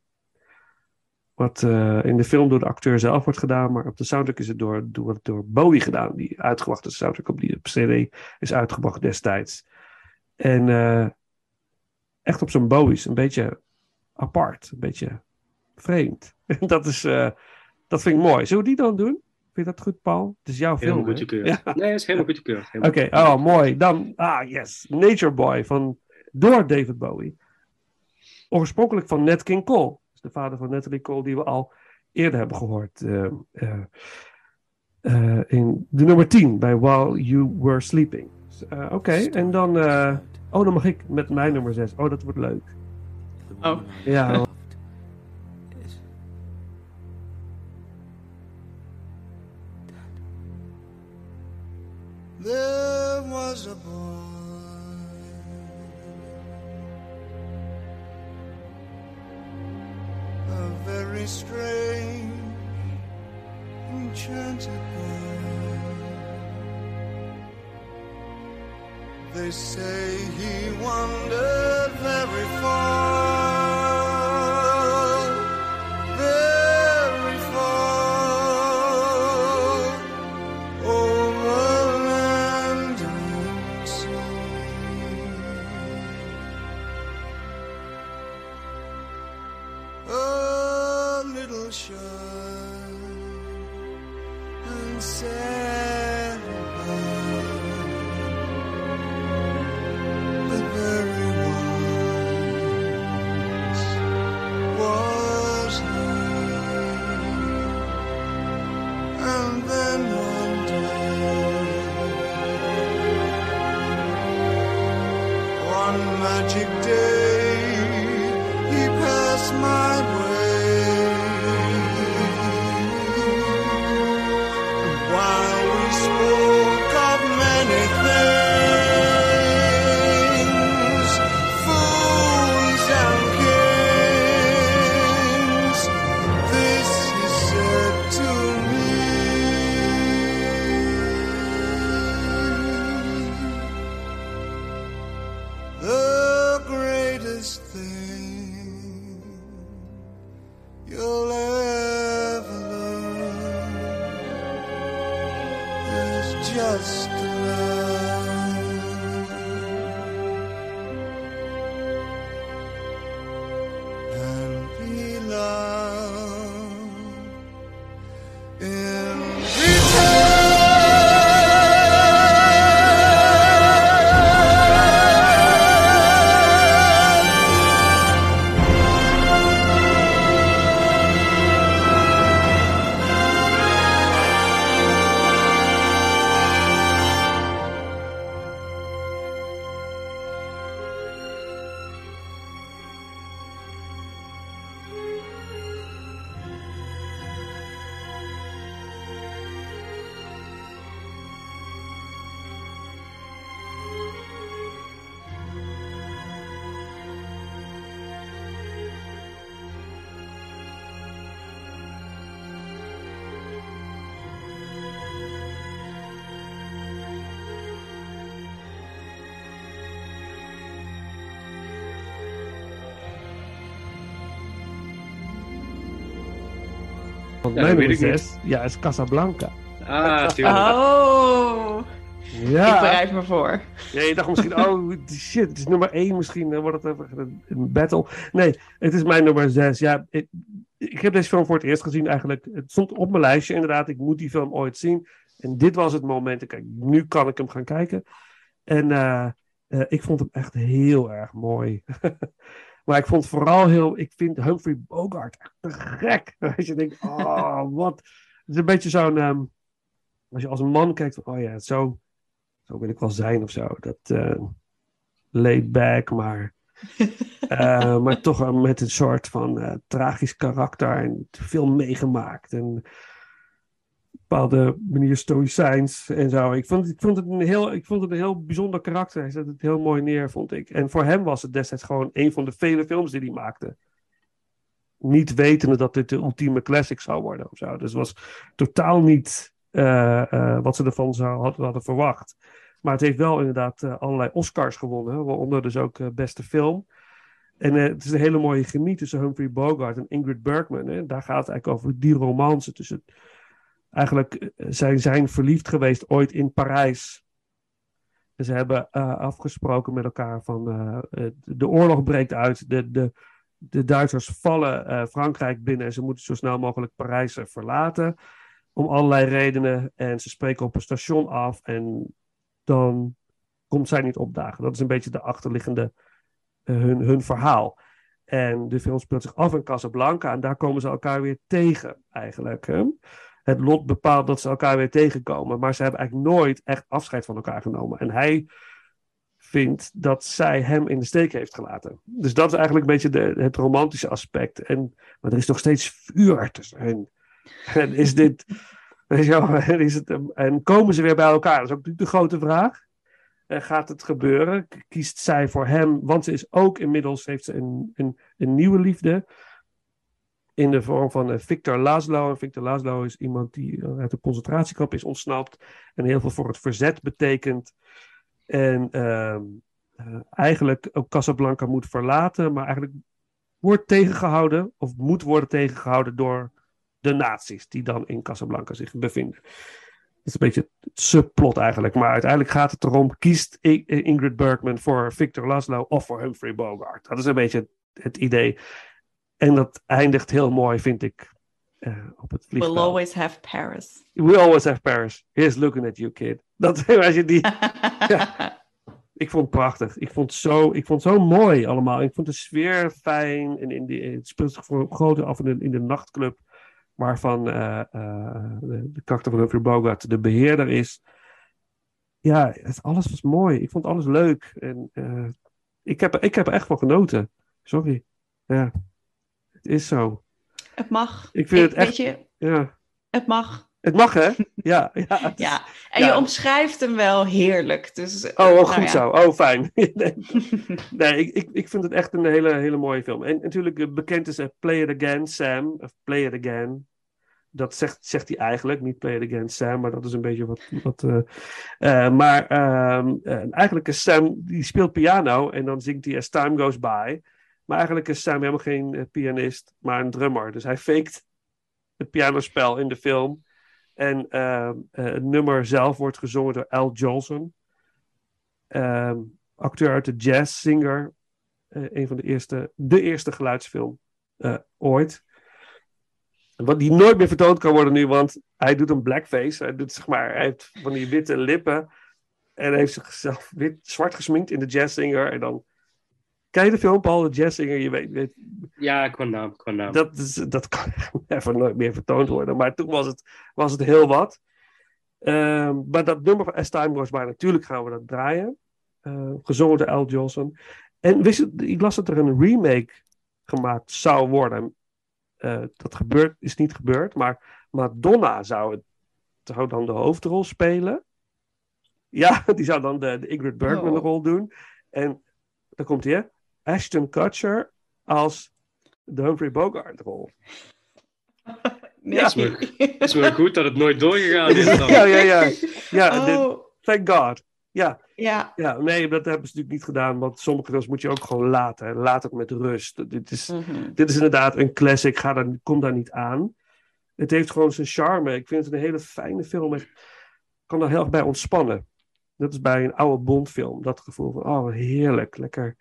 Wat uh, in de film door de acteur zelf wordt gedaan, maar op de soundtrack is het door, door, door Bowie gedaan. Die uitgebrachte soundtrack op die op C D is uitgebracht destijds. En uh, echt op zijn Bowie's, een beetje apart, een beetje vreemd. dat, is, uh, dat vind ik mooi. Zullen we die dan doen? Vind je dat goed, Paul? Het is jouw film. Helemaal goed gekeurd. Ja. Nee, het is helemaal goed gekeurd. Oké, okay. Oh, mooi. Dan, ah, yes. Nature Boy van, door David Bowie. Oorspronkelijk van Nat King Cole. De vader van Natalie Cole, die we al eerder hebben gehoord. Uh, uh, uh, in de nummer tien, bij While You Were Sleeping. Uh, Oké, okay. En dan... Uh, oh, dan mag ik met mijn nummer zes. Oh, dat wordt leuk. Oh. Ja. There was a boy a very strange enchanted bird. They say he wandered very far, very far, over land and sea. A little shy and sad about the very ones was he. And then one day, one magic day, he passed my way. While we spoke of many things, fools and kings, this he said to me: the greatest thing you'll ever learn is just to love and be loved in return. Want Ja, mijn dat nummer weet ik zes, ja, is Casablanca. Ah, tuurlijk. Oh, ik Ja. bereid me voor. Ja, je dacht misschien, oh shit, het is nummer één misschien, dan wordt het even een, een battle. Nee, het is mijn nummer zes. Ja, ik, ik heb deze film voor het eerst gezien eigenlijk. Het stond op mijn lijstje inderdaad, ik moet die film ooit zien. En dit was het moment, kijk, nu kan ik hem gaan kijken. En uh, uh, ik vond hem echt heel erg mooi. Maar ik vond vooral heel, ik vind Humphrey Bogart echt te gek. Als je denkt, oh, wat. Het is een beetje zo'n, um, als je als een man kijkt, van, oh ja, zo, zo wil ik wel zijn of zo. Dat uh, laid back, maar, uh, maar toch uh, met een soort van uh, tragisch karakter en veel meegemaakt. En op een bepaalde manier stoïcijns en zo. Ik vond, ik, vond het een heel, ik vond het een heel bijzonder karakter. Hij zette het heel mooi neer, vond ik. En voor hem was het destijds gewoon een van de vele films die hij maakte. Niet wetende dat dit de ultieme classic zou worden of zo. Dus het was totaal niet uh, uh, wat ze ervan zou, had, hadden verwacht. Maar het heeft wel inderdaad uh, allerlei Oscars gewonnen. Waaronder dus ook uh, beste film. En uh, het is een hele mooie chemie tussen Humphrey Bogart en Ingrid Bergman. Hè. Daar gaat het eigenlijk over die romance tussen. Eigenlijk uh, zijn zijn verliefd geweest ooit in Parijs. En ze hebben uh, afgesproken met elkaar van uh, uh, de oorlog breekt uit. De, de, de Duitsers vallen uh, Frankrijk binnen en ze moeten zo snel mogelijk Parijs uh, verlaten. Om allerlei redenen. En ze spreken op een station af en dan komt zij niet opdagen. Dat is een beetje de achterliggende uh, hun, hun verhaal. En de film speelt zich af in Casablanca en daar komen ze elkaar weer tegen eigenlijk. Hè? Het lot bepaalt dat ze elkaar weer tegenkomen, maar ze hebben eigenlijk nooit echt afscheid van elkaar genomen. En hij vindt dat zij hem in de steek heeft gelaten. Dus dat is eigenlijk een beetje de, het romantische aspect. En, maar er is nog steeds vuur tussen hen. En is dit... En, is het, en komen ze weer bij elkaar? Dat is ook natuurlijk de grote vraag. En gaat het gebeuren? Kiest zij voor hem? Want ze is ook inmiddels heeft ze een, een, een nieuwe liefde. in de vorm van uh, Victor Laszlo. En Victor Laszlo is iemand die uh, uit een concentratiekamp is ontsnapt en heel veel voor het verzet betekent. En uh, uh, eigenlijk ook Casablanca moet verlaten, maar eigenlijk wordt tegengehouden, of moet worden tegengehouden door de nazi's die dan in Casablanca zich bevinden. Dat is een beetje het subplot eigenlijk. Maar uiteindelijk gaat het erom, kiest Ingrid Bergman voor Victor Laszlo of voor Humphrey Bogart. Dat is een beetje het, het idee. En dat eindigt heel mooi, vind ik, uh, op het vliegveld. We'll always have Paris. We always have Paris. Here's looking at you, kid. Dat, als je die... ja, ik vond het prachtig. Ik vond het zo, ik vond het zo mooi allemaal. Ik vond de sfeer fijn. En in die, het speelt zich voor een grote af in de, in de nachtclub. Waarvan uh, uh, de, de karakter van Humphrey Bogart de beheerder is. Ja, het, alles was mooi. Ik vond alles leuk. En uh, ik, heb, ik heb er echt van genoten. Sorry. Ja, het is zo. Het mag. Ik vind ik, het echt... Weet je, ja. het mag. Het mag, hè? Ja. Ja, het, ja. En ja. je omschrijft hem wel heerlijk. Dus, oh, oh, nou goed ja. zo. Oh, fijn. nee, nee ik, ik, ik vind het echt een hele, hele mooie film. En natuurlijk bekend is uh, Play It Again, Sam. Of Play It Again. Dat zegt, zegt hij eigenlijk. Niet Play It Again, Sam. Maar dat is een beetje wat... wat uh, uh, maar uh, uh, eigenlijk is Sam... Die speelt piano. En dan zingt hij As Time Goes By. Maar eigenlijk is Sam helemaal geen uh, pianist. Maar een drummer. Dus hij faked het pianospel in de film. En uh, uh, het nummer zelf wordt gezongen door Al Jolson. Uh, acteur uit de Jazz Singer. Uh, een van de eerste... De eerste geluidsfilm uh, ooit. Wat die nooit meer vertoond kan worden nu, want hij doet een blackface. Hij doet, zeg maar, hij heeft van die witte lippen. En hij heeft zichzelf wit, zwart gesminkt in de Jazz Singer. En dan... Ken je de film, Paul, de Jazz Singer? Je weet, weet... Ja, qua naam, qua naam. Dat, is, dat kan even nooit meer vertoond worden. Maar toen was het, was het heel wat. Um, maar dat nummer van As Time Goes By, natuurlijk gaan we dat draaien. Uh, gezongen door Al Jolson. En wist je, ik las dat er een remake gemaakt zou worden. Uh, dat gebeurt, is niet gebeurd, maar Madonna zou, het, zou dan de hoofdrol spelen. Ja, die zou dan de, de Ingrid Bergman Oh. rol doen. En dan komt hij, hè? Ashton Kutcher als de Humphrey Bogart rol. Nee. Ja. Het is wel- Het is wel goed dat het nooit doorgegaan is dan. ja, ja, ja. ja dit, Oh, thank God. Ja, ja. ja, nee, dat hebben ze natuurlijk niet gedaan, want sommige films moet je ook gewoon laten. Hè. Laat het met rust. Dit is, Mhm. dit is inderdaad een classic. Ga daar, kom daar niet aan. Het heeft gewoon zijn charme. Ik vind het een hele fijne film. Ik kan er heel erg bij ontspannen. Dat is bij een oude Bondfilm. Dat gevoel van, oh, heerlijk, lekker.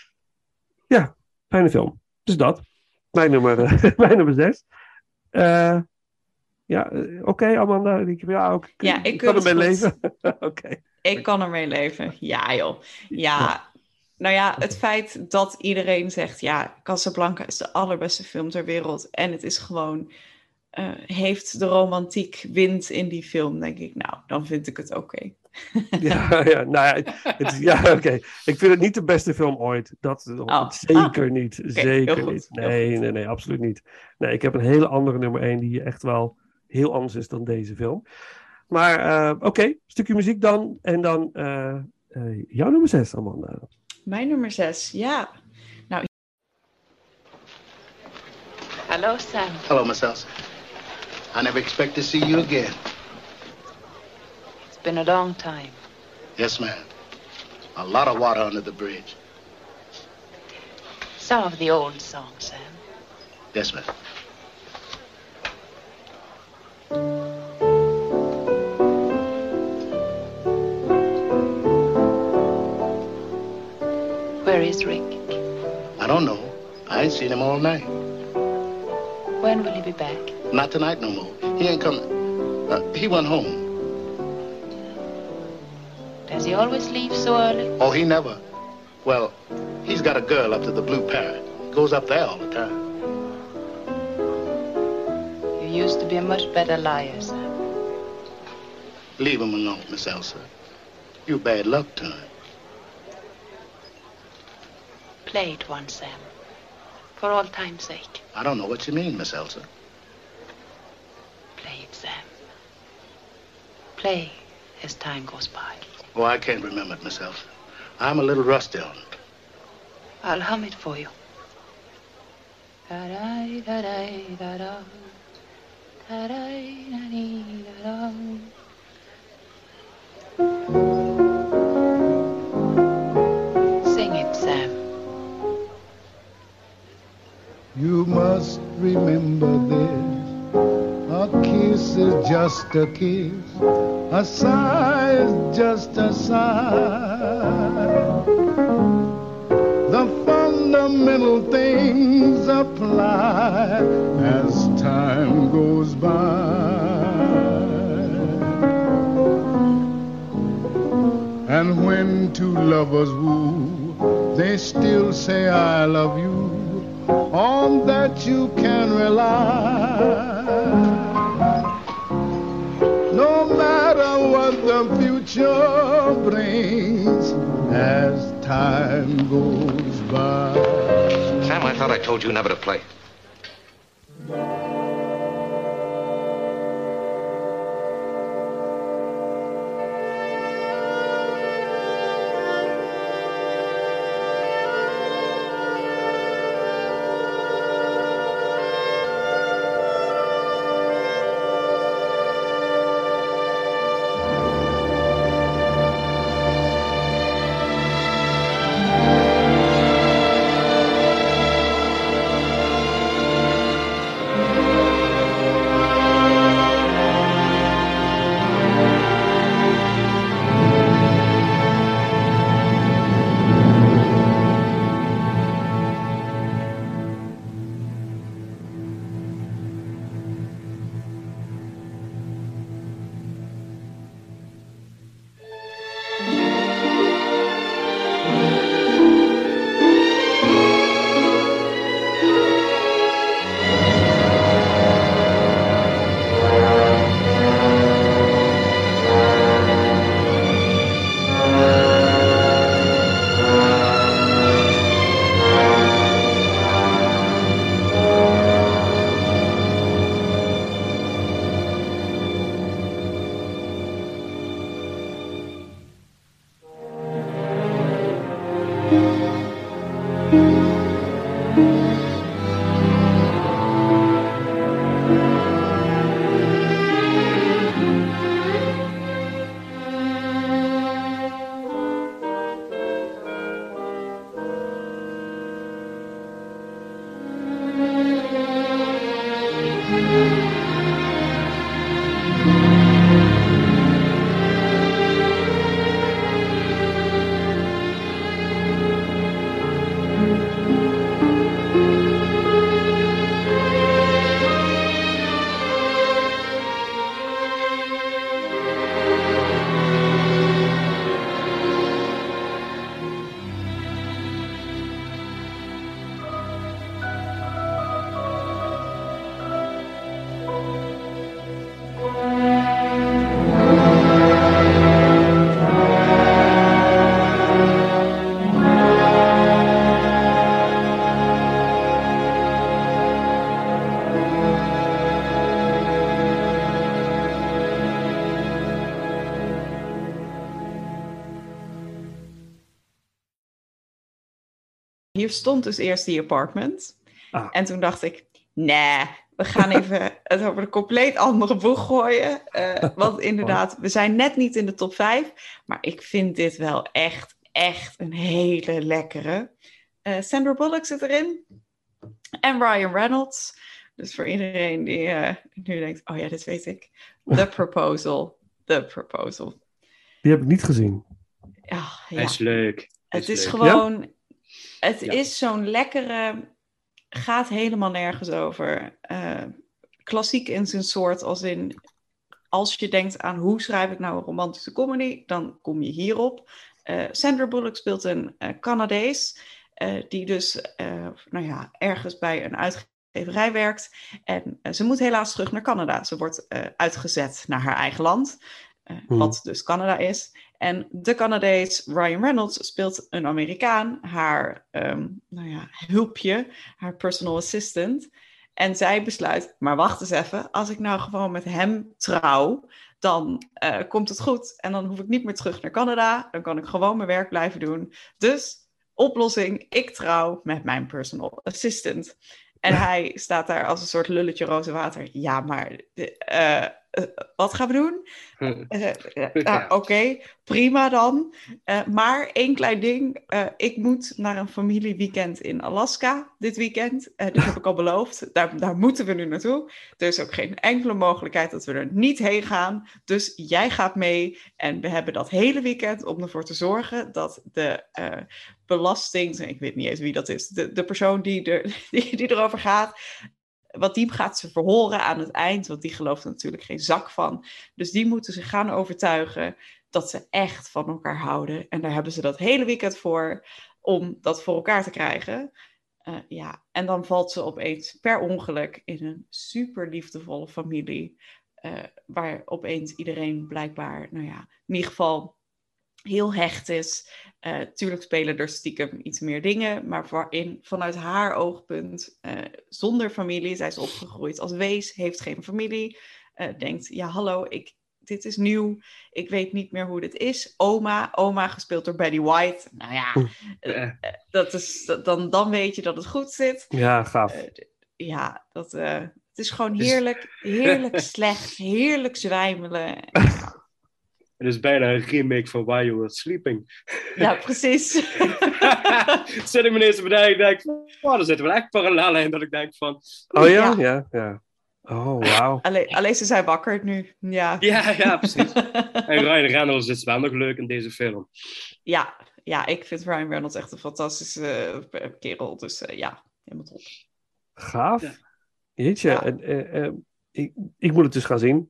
Ja, fijne film. Dus dat. Mijn nummer, uh, mijn nummer zes. Uh, ja, uh, oké, okay, Amanda. Ik, ja, okay. Ja, ik ik kan keur ermee het goed. leven. Oké. Okay. Ik kan ermee leven. Ja, joh. Ja. Ja. Nou ja, het feit dat iedereen zegt... ja, Casablanca is de allerbeste film ter wereld... en het is gewoon... Uh, heeft de romantiek wint in die film... denk ik, nou, dan vind ik het oké. Okay. ja, ja, nou ja, het, ja oké. Okay. Ik vind het niet de beste film ooit. Dat Oh. zeker ah. niet. Okay, zeker heel goed, niet. heel Nee, goed. nee, nee, absoluut niet. Nee, ik heb een hele andere nummer één... die echt wel heel anders is dan deze film. Maar uh, oké, okay, stukje muziek dan. En dan uh, uh, jouw nummer zes, Amanda. Mijn nummer zes, ja. Nou... Hello, Sam. Hello, Miss Elsa. I never expect to see you again. It's been a long time. Yes, ma'am. A lot of water under the bridge. Some of the old songs, Sam. Yes, ma'am. Where is Rick? I don't know. I ain't seen him all night. When will he be back? Not tonight no more. He ain't coming. Uh, he went home. Does he always leave so early? Oh, he never. Well, he's got a girl up to the Blue Parrot. Goes up there all the time. You used to be a much better liar, Sam. Leave him alone, Miss Elsa. You bad luck to him. Play it once, Sam. For all time's sake. I don't know what you mean, Miss Elsa. Play it, Sam. Play as time goes by. Oh, I can't remember it, Miss Elsa. I'm a little rusty on it. I'll hum it for you. Da-da-da-da-da-da. Da-da-da-dee-da-da. Sing it, Sam. You must remember this. A kiss is just a kiss. A sigh is just a sigh. The fundamental things apply as time goes by. And when two lovers woo, they still say I love you. On that you can rely. No matter what the future brings as time goes by. Sam, I thought I told you never to play. Hier stond dus eerst die apartment. Ah. En toen dacht ik, nee, we gaan even het over een compleet andere boeg gooien. Uh, want inderdaad, we zijn net niet in de top vijf. Maar ik vind dit wel echt, echt een hele lekkere. Uh, Sandra Bullock zit erin. En Ryan Reynolds. Dus voor iedereen die uh, nu denkt, oh ja, dit weet ik. The Proposal. The Proposal. Die heb ik niet gezien. Ja, ja. Hij is leuk. Hij Het is is leuk. gewoon... Ja? Het Ja. is zo'n lekkere... Gaat helemaal nergens over. Uh, klassiek in zijn soort, als in... Als je denkt aan hoe schrijf ik nou een romantische comedy, dan kom je hierop. Uh, Sandra Bullock speelt een uh, Canadees... Uh, die dus uh, nou ja, ergens bij een uitgeverij werkt. En uh, ze moet helaas terug naar Canada. Ze wordt uh, uitgezet naar haar eigen land. Uh, hmm. Wat dus Canada is. En de Canadees Ryan Reynolds speelt een Amerikaan. Haar um, nou ja, hulpje. Haar personal assistant. En zij besluit, maar wacht eens even. Als ik nou gewoon met hem trouw, dan uh, komt het goed. En dan hoef ik niet meer terug naar Canada. Dan kan ik gewoon mijn werk blijven doen. Dus... oplossing, ik trouw met mijn personal assistant. En hij staat daar als een soort lulletje roze water. Ja, maar de, uh, uh, wat gaan we doen? Uh, uh, uh, Oké, okay, prima dan. Uh, maar één klein ding. Uh, ik moet naar een familieweekend in Alaska dit weekend. Uh, dat heb ik al beloofd. Daar, daar moeten we nu naartoe. Er is ook geen enkele mogelijkheid dat we er niet heen gaan. Dus jij gaat mee. En we hebben dat hele weekend om ervoor te zorgen dat de uh, belasting... Ik weet niet eens wie dat is. De, de persoon die, er, die, die erover gaat... Want die gaat ze verhoren aan het eind, want die gelooft er natuurlijk geen zak van. Dus die moeten ze gaan overtuigen dat ze echt van elkaar houden. En daar hebben ze dat hele weekend voor om dat voor elkaar te krijgen. Uh, ja, en dan valt ze opeens per ongeluk in een super liefdevolle familie. Uh, waar opeens iedereen blijkbaar, nou ja, in ieder geval heel hecht is. Uh, tuurlijk spelen er stiekem iets meer dingen, maar waarin, vanuit haar oogpunt, uh, zonder familie, zij is opgegroeid als wees, heeft geen familie, uh, denkt, ja hallo, ik, dit is nieuw, ik weet niet meer hoe dit is. Oma, oma gespeeld door Betty White, nou ja, uh, dat is, dat, dan, dan weet je dat het goed zit. Ja, gaaf. Uh, ja, dat, uh, het is gewoon heerlijk, heerlijk slecht, heerlijk zwijmelen. Het is bijna een remake van While You Were Sleeping. Ja, precies. Zit ik me ineens te bedenken, ik denk, oh, er zitten wel echt parallellen in, dat ik denk van... Oh ja? Ja, ja. Oh, wauw. Alleen, alleen ze zijn wakker nu, ja. Ja, ja, precies. En Ryan Reynolds is wel nog leuk in deze film. Ja, ja, ik vind Ryan Reynolds echt een fantastische uh, kerel, dus uh, ja, helemaal top. Gaaf. Ja. Jeetje, Ja. uh, uh, uh, ik, ik moet het dus gaan zien.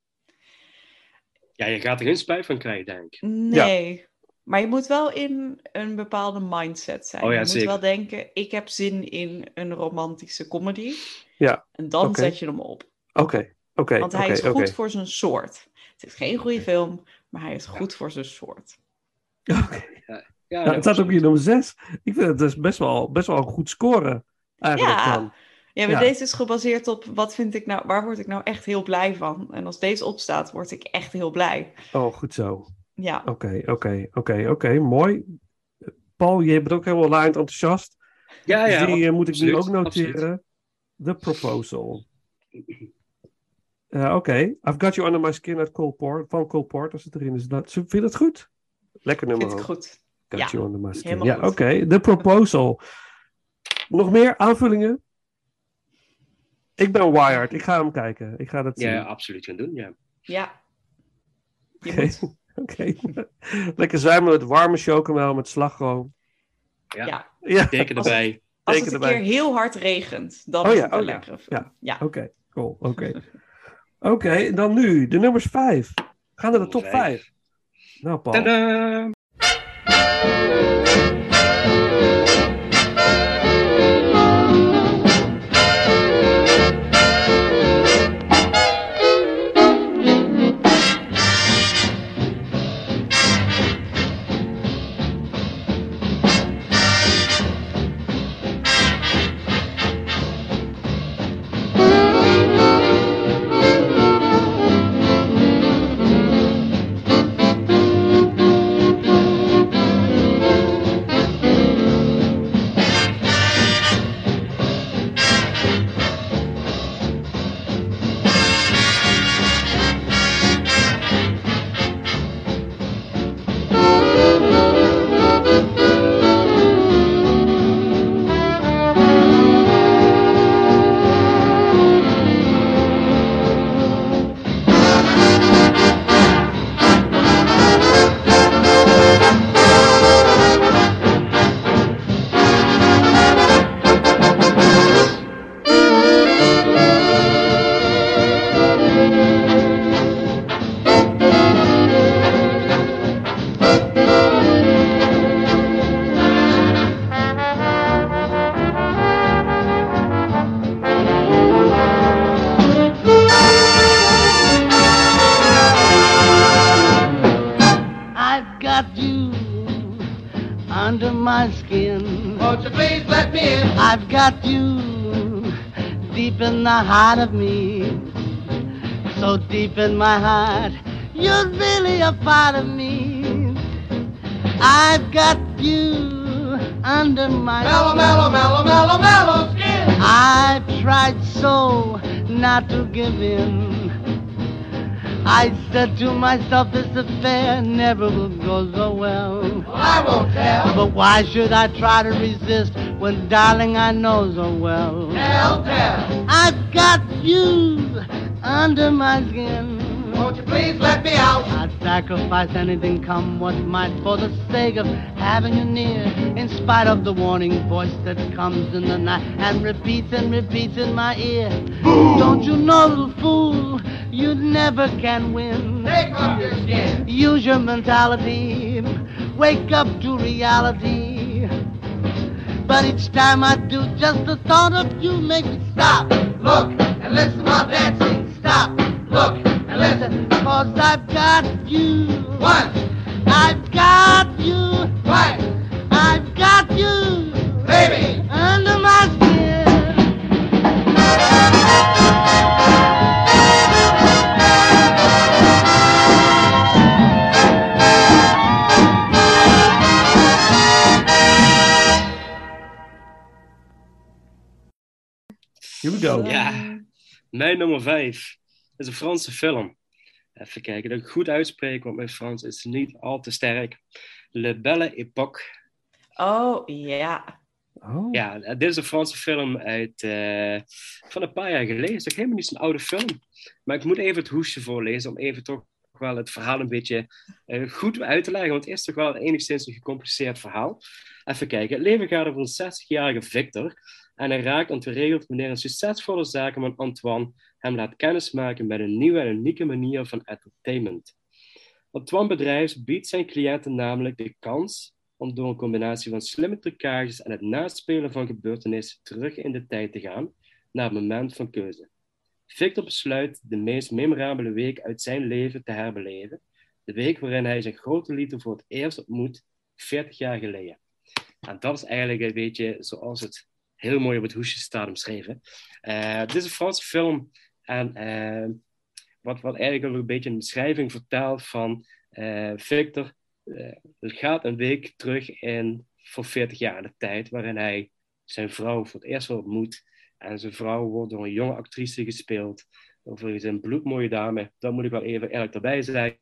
Ja, je gaat er geen spijt van krijgen, denk ik. Nee, maar je moet wel in een bepaalde mindset zijn. Oh ja, je zeker. moet wel denken, ik heb zin in een romantische comedy. Ja. En dan Oké. zet je hem op. Oké, okay, oké. Okay, Want hij okay, is goed okay. voor zijn soort. Het is geen goede film, maar hij is goed voor zijn soort. Okay. Ja, ja, Nou, het staat ook hier nummer zes. Ik vind het dus best wel, best wel een goed scoren. Eigenlijk Ja. dan. Ja, maar Ja. deze is gebaseerd op wat vind ik nou, waar word ik nou echt heel blij van? En als deze opstaat, word ik echt heel blij. Oh, goed zo. Ja. Oké, oké, oké, oké. Mooi. Paul, je bent ook helemaal laaiend enthousiast. Ja, ja. Dus die uh, moet ik absoluut, nu ook noteren. The Proposal. Uh, oké. Okay. I've Got You Under My Skin uit Cole Porter, van Cole Porter, als het erin is. Dat, vind je dat goed? Lekker nummer. Vind ik goed. Got Ja, You Under My Skin. helemaal Ja, goed. oké. Okay. The Proposal. Nog meer aanvullingen? Ik ben wired. Ik ga hem kijken. Ik ga dat zien. Ja, absoluut gaan doen, ja. Ja. Je Oké. moet. Oké. Lekker zwijmen met warme chocomel met slagroom. Ja. Ja. Ja. Teken Als- erbij. Als Teken het een erbij. keer heel hard regent, dan Oh is ja, het een oh ja. lekkere film. Ja. Ja. Oké, okay, cool. Oké. Okay. Oké, okay, dan nu de nummers vijf. Gaan naar de top Nummer vijf. Nou, Paul. Tadaa! I've got you under my skin. Won't you please let me in? I've got you deep in the heart of me. So deep in my heart, you're really a part of me. I've got you under my Mellow, skin. mellow, mellow, mellow, mellow skin. I tried so not to give in. I said to myself, this affair never will go so well. Well, I won't tell. But why should I try to resist when, darling, I know so well? Tell, tell. I've got you under my skin. Won't you please let me out? I'd sacrifice anything come what might for the sake of having you near, in spite of the warning voice that comes in the night and repeats and repeats in my ear. Boom. Don't you know, little fool, you never can win. Take off your skin. Use your mentality. Wake up to reality. But each time I do, just the thought of you makes me stop, look, and listen while dancing. Stop, look, and listen, cause I've got you. Once. I've got you. Twice. I've got you. Baby. Under my skin. Here we go. Ja, mijn nummer vijf is een Franse film. Even kijken dat ik goed uitspreek, want mijn Frans is niet al te sterk. Le Belle Époque. Oh, ja. Oh. Ja, dit is een Franse film uit, uh, van een paar jaar geleden. Het is toch helemaal niet zo'n oude film. Maar ik moet even het hoesje voorlezen om even toch wel het verhaal een beetje uh, goed uit te leggen. Want het is toch wel enigszins een gecompliceerd verhaal. Even kijken. Het leven gaat over een zestigjarige Victor. En hij raakt ontregeld wanneer een succesvolle zakenman Antoine hem laat kennismaken met een nieuwe en unieke manier van entertainment. Antoine Bedrijfs biedt zijn cliënten namelijk de kans om door een combinatie van slimme trucages en het naspelen van gebeurtenissen terug in de tijd te gaan naar het moment van keuze. Victor besluit de meest memorabele week uit zijn leven te herbeleven, de week waarin hij zijn grote liefde voor het eerst ontmoet, veertig jaar geleden. En dat is eigenlijk een beetje zoals het heel mooi op het hoesje staat omschreven. Uh, dit is een Franse film en uh, wat, wat eigenlijk een beetje een beschrijving vertelt van uh, Victor. Uh, het gaat een week terug in voor veertig jaar in de tijd waarin hij zijn vrouw voor het eerst ontmoet. En zijn vrouw wordt door een jonge actrice gespeeld. Overigens een bloedmooie dame. Dat moet ik wel even eerlijk erbij zeggen.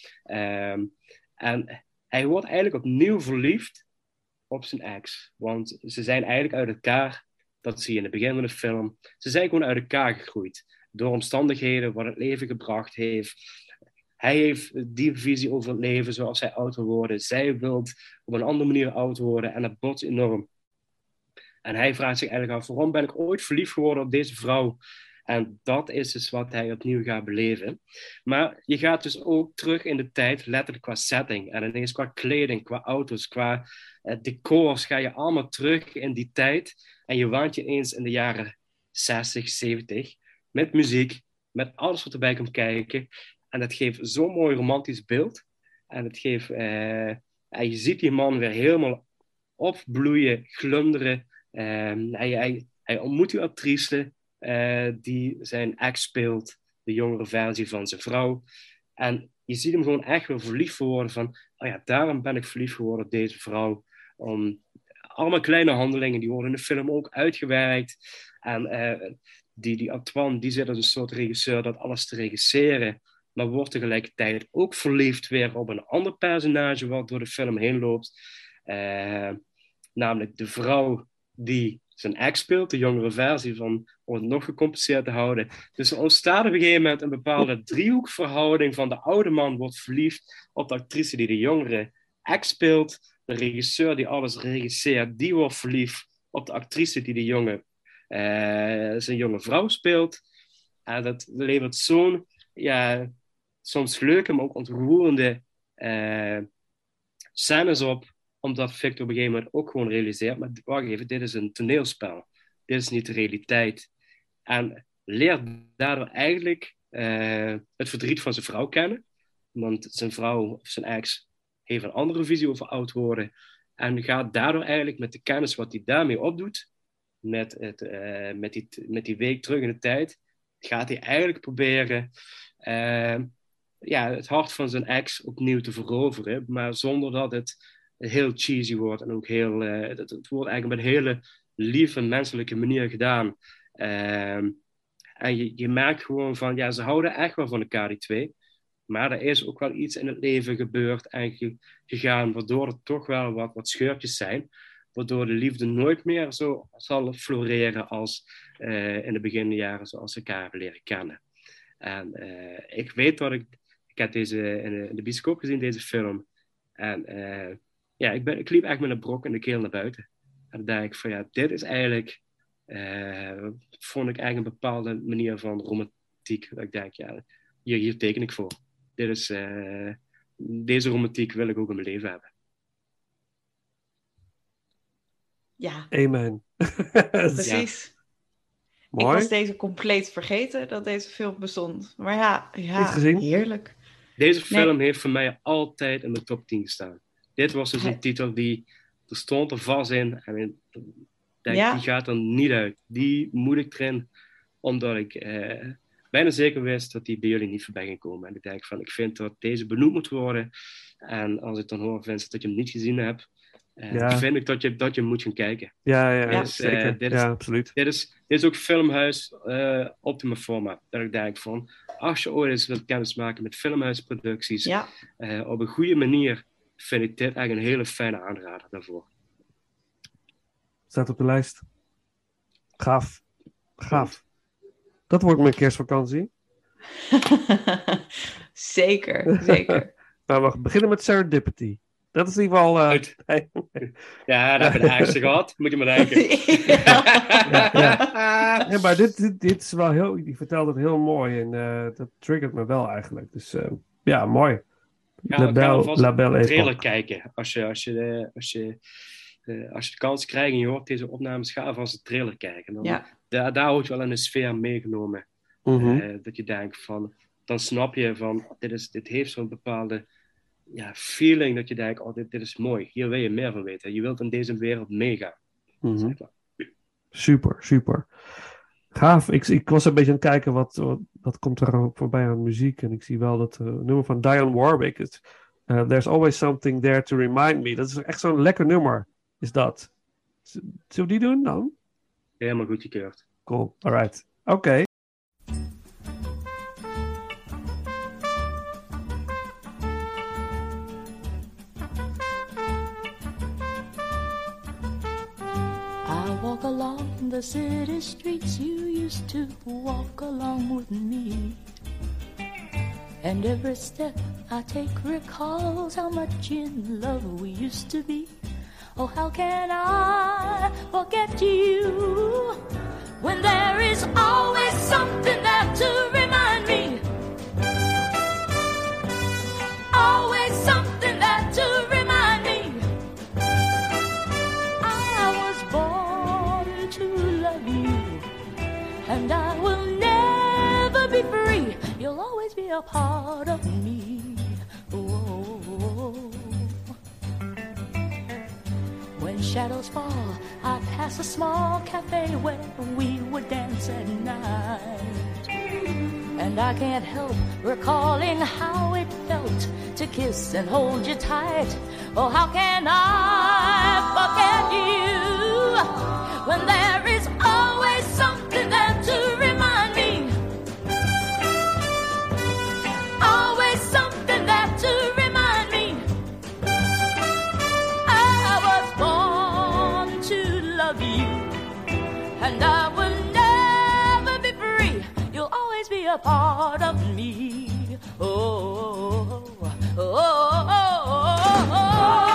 Um, en hij wordt eigenlijk opnieuw verliefd op zijn ex. Want ze zijn eigenlijk uit elkaar. Dat zie je in het begin van de film. Ze zijn gewoon uit elkaar gegroeid. Door omstandigheden wat het leven gebracht heeft. Hij heeft die visie over het leven zoals hij oud wil worden. Zij wil op een andere manier oud worden. En dat botst enorm. En hij vraagt zich eigenlijk af, waarom ben ik ooit verliefd geworden op deze vrouw? En dat is dus wat hij opnieuw gaat beleven. Maar je gaat dus ook terug in de tijd, letterlijk qua setting. En ineens qua kleding, qua auto's, qua eh, decors ga je allemaal terug in die tijd. En je waant je eens in de jaren zestig, zeventig. Met muziek, met alles wat erbij komt kijken. En dat geeft zo'n mooi romantisch beeld. En het geeft... Eh, en je ziet die man weer helemaal opbloeien, glunderen. Uh, hij, hij, hij ontmoet die actrice uh, die zijn ex speelt, de jongere versie van zijn vrouw. En je ziet hem gewoon echt weer verliefd worden van, oh ja, daarom ben ik verliefd geworden op deze vrouw. Om, allemaal kleine handelingen, die worden in de film ook uitgewerkt. En uh, die, die Antoine, die zit als een soort regisseur dat alles te regisseren. Maar wordt tegelijkertijd ook verliefd weer op een ander personage wat door de film heen loopt. Uh, namelijk de vrouw die zijn ex speelt, de jongere versie van, om het nog gecompliceerd te houden. Dus er ontstaat op een gegeven moment een bepaalde driehoekverhouding van de oude man wordt verliefd op de actrice die de jongere ex speelt. De regisseur die alles regisseert, die wordt verliefd op de actrice die de jonge, uh, zijn jonge vrouw speelt. En dat levert zo'n, ja, soms leuke, maar ook ontroerende uh, scènes op, omdat Victor op een gegeven moment ook gewoon realiseert, maar wacht even, dit is een toneelspel. Dit is niet de realiteit. En leert daardoor eigenlijk uh, het verdriet van zijn vrouw kennen. Want zijn vrouw of zijn ex heeft een andere visie over oud worden. En gaat daardoor eigenlijk met de kennis wat hij daarmee opdoet, met, het, uh, met, die, met die week terug in de tijd, gaat hij eigenlijk proberen uh, ja, het hart van zijn ex opnieuw te veroveren. Maar zonder dat het heel cheesy wordt en ook heel... Uh, het, het wordt eigenlijk met een hele lieve, menselijke manier gedaan. Um, en je, je merkt gewoon van, ja, ze houden echt wel van elkaar, die twee. Maar er is ook wel iets in het leven gebeurd en ge, gegaan, waardoor er toch wel wat, wat scheurtjes zijn. Waardoor de liefde nooit meer zo zal floreren als uh, in de beginjaren zoals ze elkaar hebben leren kennen. En uh, ik weet dat ik... Ik heb deze in de, in de bioscoop gezien, deze film. En uh, ja, ik, ben, ik liep echt met een brok in de keel naar buiten. En dan dacht ik van, ja, dit is eigenlijk... Uh, vond ik eigenlijk een bepaalde manier van romantiek. Dat ik denk, ja, hier, hier teken ik voor. Dit is... Uh, deze romantiek wil ik ook in mijn leven hebben. Ja. Amen. Precies. Ja. Mooi. Ik was deze compleet vergeten dat deze film bestond. Maar ja, ja Niet gezien? Heerlijk. Deze film Nee. heeft voor mij altijd in de top tien gestaan. Dit was dus een titel die... Er stond er vast in. En ik denk, Ja. die gaat er niet uit. Die moet ik erin. Omdat ik eh, bijna zeker wist dat die bij jullie niet voorbij ging komen. En ik denk van, ik vind dat deze benoemd moet worden. En als ik dan hoor, Vincent, dat je hem niet gezien hebt... Uh, Ja. vind ik dat je, dat je moet gaan kijken. Ja, ja, ja, Dus, zeker. uh, dit is, Ja, absoluut. Dit is, dit is ook Filmhuis uh, Optima Forma. Dat ik denk van, als je ooit eens wilt kennis maken met filmhuisproducties, Ja. uh, op een goede manier, vind ik dit echt een hele fijne aanrader daarvoor. Staat op de lijst. Gaaf. Gaaf. Dat wordt mijn kerstvakantie. Zeker, zeker. Nou, we beginnen met Serendipity. Dat is in ieder geval... Uh, nee. Ja, dat heb je de ergste gehad. Moet je maar denken. ja, ja. Ja, maar dit, dit, dit is wel heel... Die vertelt het heel mooi. En uh, dat triggert me wel eigenlijk. Dus uh, ja, mooi. Ja, La Belle, vast La Belle een trailer Époque. kijken. Als je, als, je, uh, als, je, uh, als je de kans krijgt en je hoort deze opnames, ga alvast de trailer kijken. Dan, Ja. daar, daar word je wel in de sfeer meegenomen. Mhm. Uh, dat je denkt van... Dan snap je van... Dit, is, dit heeft zo'n bepaalde... Ja, feeling dat je denkt, oh, dit, dit is mooi. Hier wil je meer van weten. Je wilt in deze wereld meegaan. Mhm. Zeg maar. Super, super. Gaaf. Ik, ik was een beetje aan het kijken wat, wat, wat komt er voorbij aan muziek. En ik zie wel dat uh, nummer van Dionne Warwick. Het, uh, There's Always Something There to Remind Me. Dat is echt zo'n lekker nummer. Is dat. Z- Zullen we die doen dan? Helemaal goedgekeurd. Cool. Alright. Oké. Okay. I walk along the city streets you used to walk along with me. And every step I take recalls how much in love we used to be. Oh, how can I forget you when there is always something there to remind me? Always something there to remind me. I was born to love you, and I will never be free. You'll always be a part of me. Whoa. When shadows fall, I pass a small cafe where we would dance at night. And I can't help recalling how it felt to kiss and hold you tight. Oh, how can I forget you when there is always something there to remind me? Always something there to remind me. I was born to love you, and I will never be free. You'll always be a part of me. Oh, oh, oh, oh, oh, oh.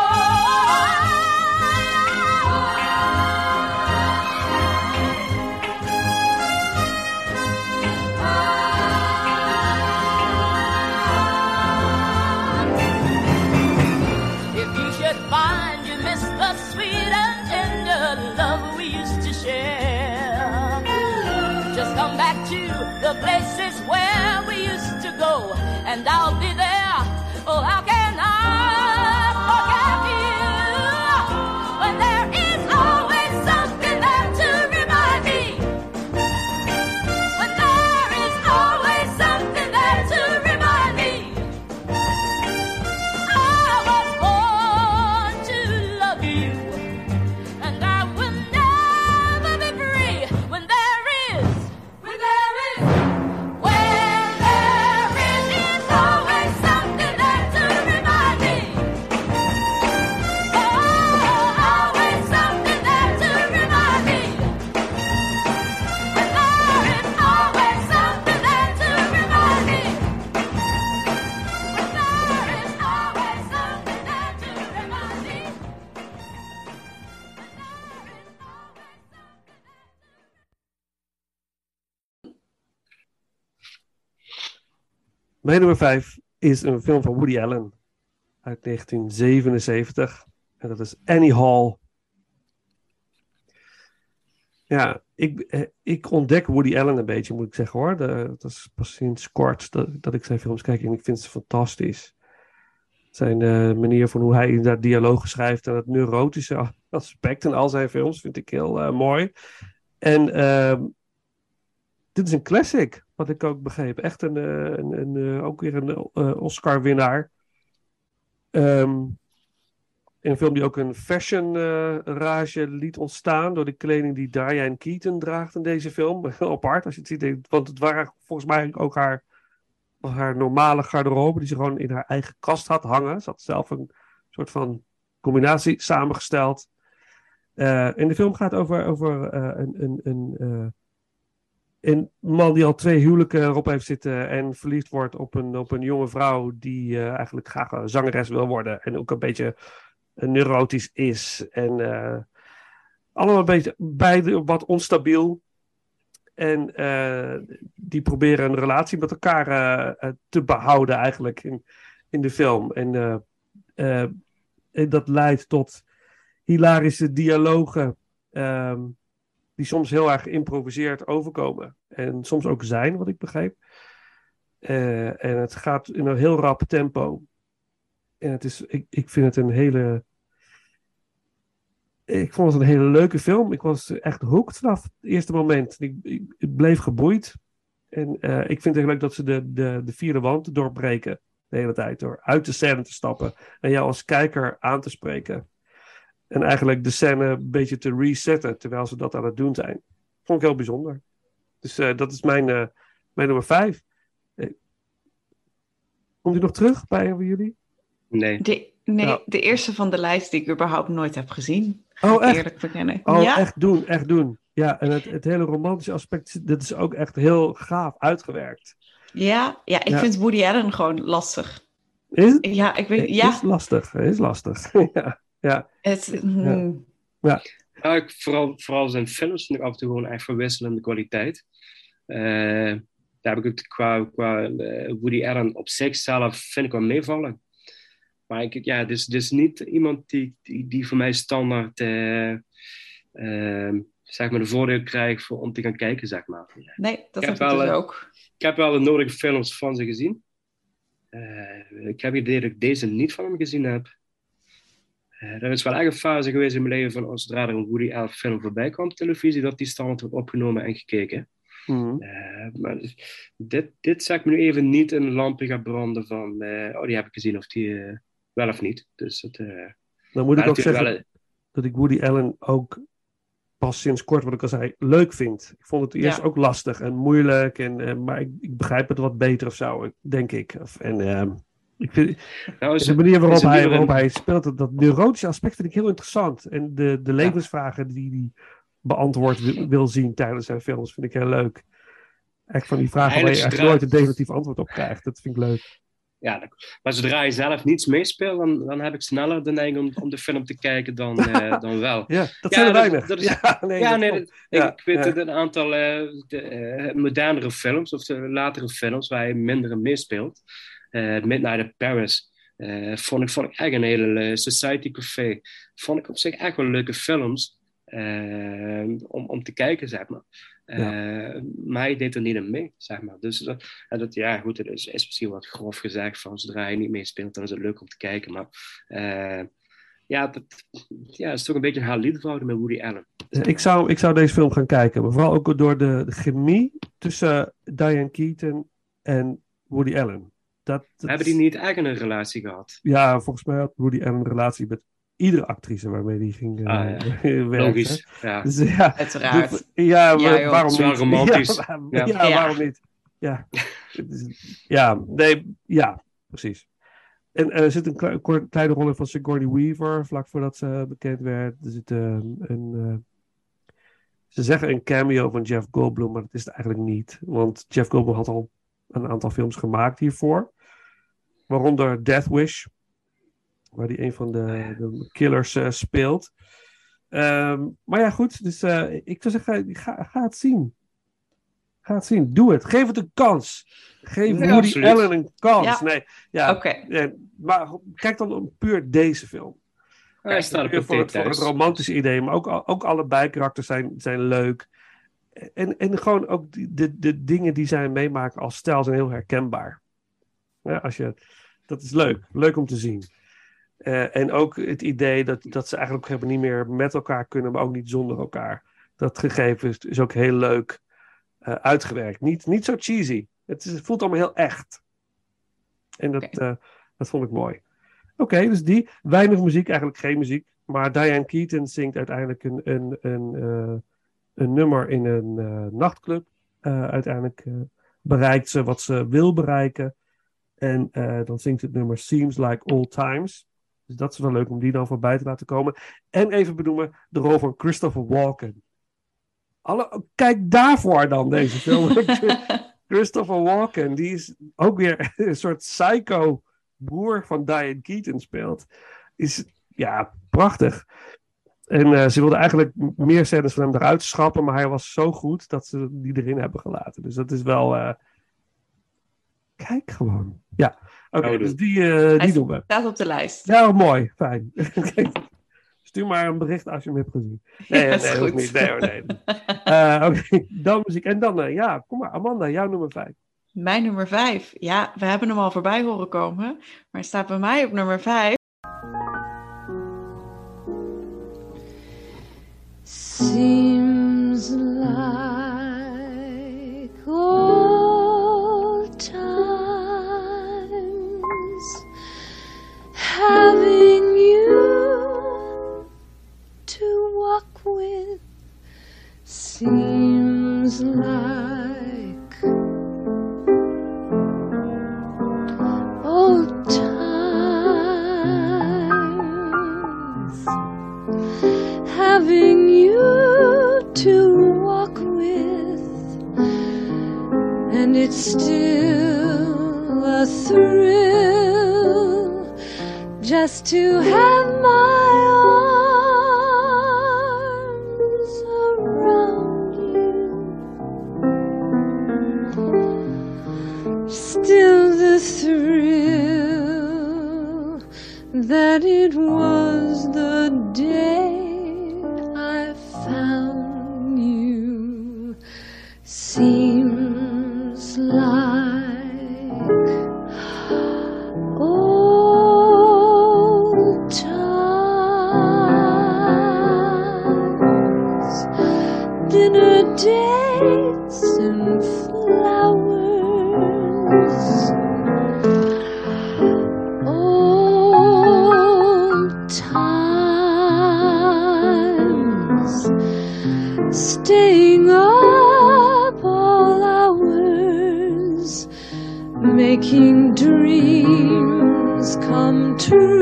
If you should find you miss the sweet and tender love we used to share, just come back to the places where we used to go, and I'll be there. Oh, how can I forget you when there is always something there to remind me? When there is always something there to remind me. I was born to love you, and I will never Mijn nummer vijf is een film van Woody Allen uit negentien zevenenzeventig. En dat is Annie Hall. Ja, ik, eh, ik ontdek Woody Allen een beetje, moet ik zeggen hoor. De, dat is pas sinds kort dat, dat ik zijn films kijk en ik vind ze fantastisch. Zijn uh, manier van hoe hij inderdaad dialogen schrijft en het neurotische aspect in al zijn films vind ik heel uh, mooi. En uh, dit is een classic, wat ik ook begreep. Echt een, uh, een, een uh, ook weer een uh, Oscar-winnaar. Um, een film die ook een fashion uh, rage liet ontstaan door de kleding die Diane Keaton draagt in deze film. Heel apart, als je het ziet. Want het waren volgens mij ook haar, haar normale garderobe die ze gewoon in haar eigen kast had hangen. Ze had zelf een soort van combinatie samengesteld. Uh, en de film gaat over, over uh, een, een, een, uh, een man die al twee huwelijken erop heeft zitten en verliefd wordt op een, op een jonge vrouw die uh, eigenlijk graag een zangeres wil worden. En ook een beetje neurotisch is. En uh, allemaal een beetje beide wat onstabiel. En uh, die proberen een relatie met elkaar uh, uh, te behouden eigenlijk in, in de film. En, uh, uh, en dat leidt tot hilarische dialogen um, die soms heel erg geïmproviseerd overkomen. En soms ook zijn, wat ik begreep. Uh, en het gaat in een heel rap tempo. En het is, ik, ik vind het een hele... Ik vond het een hele leuke film. Ik was echt hooked vanaf het eerste moment. Ik, ik, ik bleef geboeid. En uh, ik vind het leuk dat ze de, de, de vierde wand doorbreken de hele tijd. Door uit de scène te stappen. En jou als kijker aan te spreken. En eigenlijk de scène een beetje te resetten. Terwijl ze dat aan het doen zijn. Vond ik heel bijzonder. Dus uh, dat is mijn, uh, mijn nummer vijf. Uh, komt u nog terug bij een van jullie? Nee. De, nee, nou. de eerste van de lijst die ik überhaupt nooit heb gezien. Oh, Ga ik echt? eerlijk bekennen. Oh, ja? echt doen, echt doen. Ja, en het, het hele romantische aspect, dat is ook echt heel gaaf uitgewerkt. Ja, ja ik Ja. vind Woody Allen gewoon lastig. Is het? Ja, ik weet, Het ja. is lastig, het is lastig. ja, ja. Het, hmm. ja. Ja, ik, vooral, vooral zijn films vind ik af en toe gewoon echt van wisselende kwaliteit. Uh, daar heb ik het qua, qua uh, Woody Allen op zichzelf vind ik wel meevallen. Maar ik, ja, dus, dus niet iemand die, die, die voor mij standaard uh, uh, zeg maar de voordeel krijgt voor, om te gaan kijken, zeg maar. Nee, dat ik heb heb ik wel, dus ook. Ik heb wel de nodige films van ze gezien. Uh, ik heb idee dat ik deze niet van hem gezien heb. Uh, er is wel echt een fase geweest in mijn leven van als zodra er een Woody Allen film voorbij kwam op televisie, dat die standaard wordt opgenomen en gekeken. Mm-hmm. Uh, maar dit, dit zegt me nu even niet een lampje gaat branden van, uh, oh die heb ik gezien of die uh, wel of niet. Dus het, uh, Dan moet ik ook zeggen wel, uh, dat ik Woody Allen ook pas sinds kort, wat ik al zei, leuk vind. Ik vond het eerst Ja. ook lastig en moeilijk, en, uh, maar ik, ik begrijp het wat beter of zo, denk ik. Of, en uh, ik vind, nou, is de het- manier waarop is het hij, liever waarop een- hij speelt, dat, dat neurotische aspect vind ik heel interessant. En de, de levensvragen die hij beantwoord wil, wil zien tijdens zijn films, vind ik heel leuk. Echt van die vragen waar je Eigenlijk echt zodra- nooit een definitief antwoord op krijgt. Dat vind ik leuk. Ja, dat- maar zodra je zelf niets meespeelt, dan, dan heb ik sneller de neiging om, om de film te kijken dan, uh, dan wel. Ja, dat zijn er weinig. Dat is, Ja, nee, ja, dat nee, klopt. dat- ik, Ja, ik weet ja. dat een aantal uh, de, uh, modernere films, of de latere films, waar hij minder in meespeelt. Uh, Midnight in Paris. Uh, vond, ik, vond ik echt een hele uh, Society Café. Vond ik op zich echt wel leuke films uh, om, om te kijken, zeg maar. Uh, Ja. Maar hij deed er niet in mee, zeg maar. Dus dat, en dat ja, goed, het is, is misschien wat grof gezegd van zodra hij niet meespeelt, dan is het leuk om te kijken. Maar uh, ja, dat ja, het is toch een beetje een haal-liefde met Woody Allen. Ik zou, ik zou deze film gaan kijken. Maar vooral ook door de, de chemie tussen Diane Keaton en Woody Allen. Dat, dat Hebben die niet echt een relatie gehad? Ja, volgens mij had Woody Allen een relatie met iedere actrice waarmee die ging uh, Ah, ja. werken. Logisch, ja. Dus, ja. Uiteraard. Dus, ja, Ja, maar joh. waarom Het is wel niet? romantisch. Ja, Ja. ja, Ja. waarom niet? Ja, ja, nee, ja, precies. En er zit een kle- kort- kleine rol in van Sigourney Weaver, vlak voordat ze bekend werd. Er zit uh, een... Uh, ze zeggen een cameo van Jeff Goldblum, maar dat is het eigenlijk niet. Want Jeff Goldblum had al een aantal films gemaakt hiervoor. Waaronder Death Wish, waar hij een van de, de killers uh, speelt. Um, maar ja, goed. Dus uh, ik zou zeggen, ga, ga het zien. Ga het zien. Doe het. Geef het een kans. Geef Ja, Woody absoluut. Allen een kans. Ja. Nee, ja, Oké. nee, maar kijk dan puur deze film. Hij staat op Puur het voor, tape het, voor het thuis. romantische idee, maar ook, ook allebei karakters zijn, zijn leuk. En, en gewoon ook die- de, de dingen die zij meemaken als stijl zijn heel herkenbaar. Ja, als je, dat is leuk. Leuk om te zien. Eh, en ook het idee dat, dat ze eigenlijk op een gegeven moment niet meer met elkaar kunnen, maar ook niet zonder elkaar. Dat gegeven is, is ook heel leuk eh, uitgewerkt. Niet, niet zo cheesy. Het, is, het voelt allemaal heel echt. En dat, Oké. eh, dat vond ik mooi. Oké, dus die. Weinig muziek, eigenlijk geen muziek. Maar Diane Keaton zingt uiteindelijk een, een, een, eh, een nummer in een eh, nachtclub. Eh, uiteindelijk eh, bereikt ze wat ze wil bereiken. En eh, dan zingt het nummer Seems Like Old Times. Dus dat is wel leuk om die dan voorbij te laten komen. En even benoemen de rol van Christopher Walken. Alle, kijk daarvoor dan deze film. Christopher Walken, die is ook weer een soort psycho broer van Diane Keaton speelt. Is ja, prachtig. En eh, ze wilden eigenlijk m- meer scènes van hem eruit schrappen, maar hij was zo goed dat ze die erin hebben gelaten. Dus dat is wel... eh, Kijk gewoon. Ja, oké, Oh, dus doe. die, eh, Hij die doen we. staat op de lijst. Ja, mooi, fijn. Stuur maar een bericht als je hem hebt gezien. Nee, Ja, nee, is hoeft goed. niet. Nee, hoor, nee. Eh, Oké, dan muziek. En dan, eh, ja, kom maar, Amanda, jouw nummer vijf. Mijn nummer vijf. Ja, we hebben hem al voorbij horen komen. Maar hij staat bij mij op nummer vijf. Seems like old times having you to walk with. Seems like old times having you to walk with, and it's still a thrill just to have my arms around you. Still the thrill that it was the day I found you. Seems like old times, dinner dates and flowers. Old times, staying up all hours, making dreams come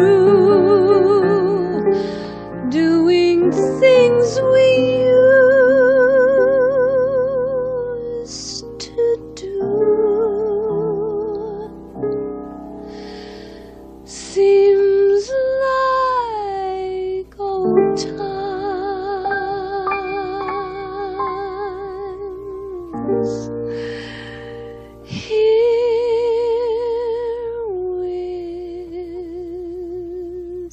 true, doing things we used to do. Seems like old times here with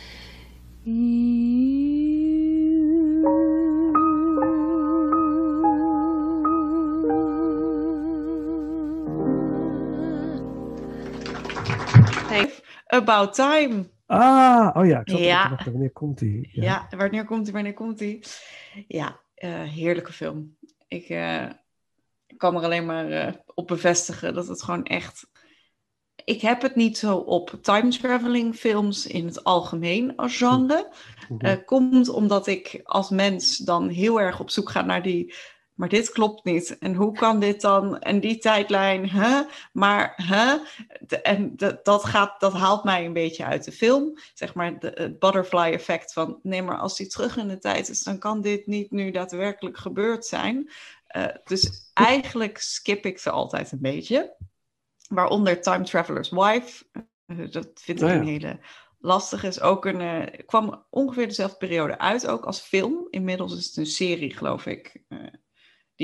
Hey, About Time. Ah, oh ja, ik zat Ja. te wachten. Wanneer komt die? Ja, wanneer komt hij? Wanneer komt hij? Ja, eh, heerlijke film. Ik eh, kan er alleen maar eh, op bevestigen dat het gewoon echt... Ik heb het niet zo op time traveling films in het algemeen als genre. Mhm. Eh, komt omdat ik als mens dan heel erg op zoek ga naar die... Maar dit klopt niet. En hoe kan dit dan? En die tijdlijn, hè? Maar, hè? De- en de- dat, gaat, dat haalt mij een beetje uit de film. Zeg maar de- het butterfly effect van... Nee, maar als die terug in de tijd is... dan kan dit niet nu daadwerkelijk gebeurd zijn. Eh, dus eigenlijk skip ik ze altijd een beetje. Waaronder Time Traveler's Wife. Eh, dat vind ik Oh ja. een hele lastige. Is ook een, eh, kwam ongeveer dezelfde periode uit, ook als film. Inmiddels is het een serie, geloof ik. eh, die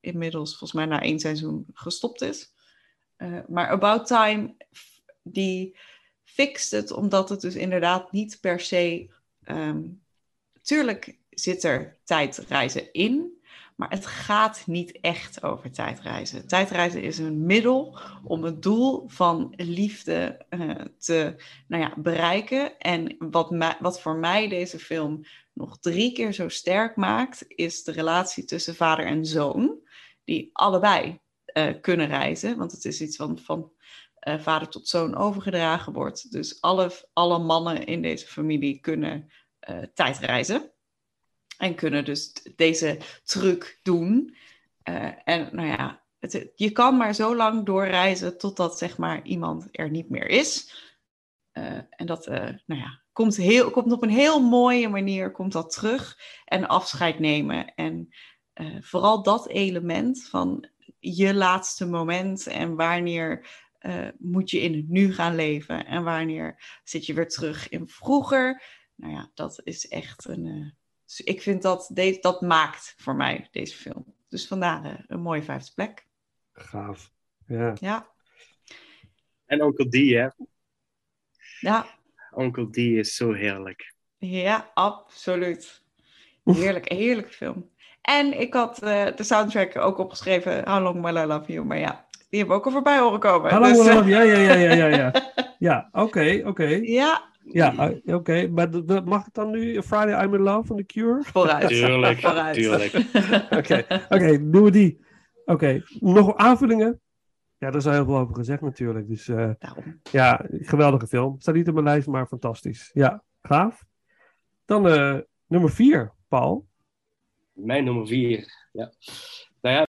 inmiddels volgens mij na één seizoen gestopt is. Uh, maar About Time, die fixt het omdat het dus inderdaad niet per se... Um, tuurlijk zit er tijdreizen in, maar het gaat niet echt over tijdreizen. Tijdreizen is een middel om het doel van liefde uh, te nou ja, bereiken. En wat, ma- wat voor mij deze film nog drie keer zo sterk maakt, is de relatie tussen vader en zoon, die allebei uh, kunnen reizen. Want het is iets van, van uh, vader tot zoon overgedragen wordt. Dus alle, alle mannen in deze familie kunnen uh, tijdreizen. En kunnen dus deze truc doen. Uh, en nou ja, het, je kan maar zo lang doorreizen totdat zeg maar iemand er niet meer is. Uh, en dat uh, nou ja, komt, heel, komt op een heel mooie manier komt dat terug. En afscheid nemen. En uh, vooral dat element van je laatste moment. En wanneer uh, moet je in het nu gaan leven. En wanneer zit je weer terug in vroeger. Nou ja, dat is echt een... Uh, Dus ik vind dat, de, dat maakt voor mij deze film. Dus vandaar uh, een mooie vijfde plek. Gaaf. Ja. Ja. En Onkel D, hè? Ja. Onkel D is zo heerlijk. Ja, absoluut. Heerlijk, heerlijke film. En ik had uh, de soundtrack ook opgeschreven, How Long Will I Love You? Maar ja, die hebben we ook al voorbij horen komen. How Long dus, Will I uh... Love You? Ja, ja, ja, ja, ja. Ja, ja oké, okay, oké. Okay. Ja. Ja, oké. Okay. Maar d- d- mag het dan nu Friday I'm in Love van The Cure? Vooruit. Tuurlijk, Vooruit. tuurlijk. Oké, okay. okay, doen we die. Oké, okay. Nog aanvullingen? Ja, daar is al heel veel over gezegd natuurlijk. Dus uh, ja, geweldige film. Staat niet op mijn lijst, maar fantastisch. Ja, gaaf. Dan uh, nummer vier, Paul. Mijn nummer vier, ja. Nou ja.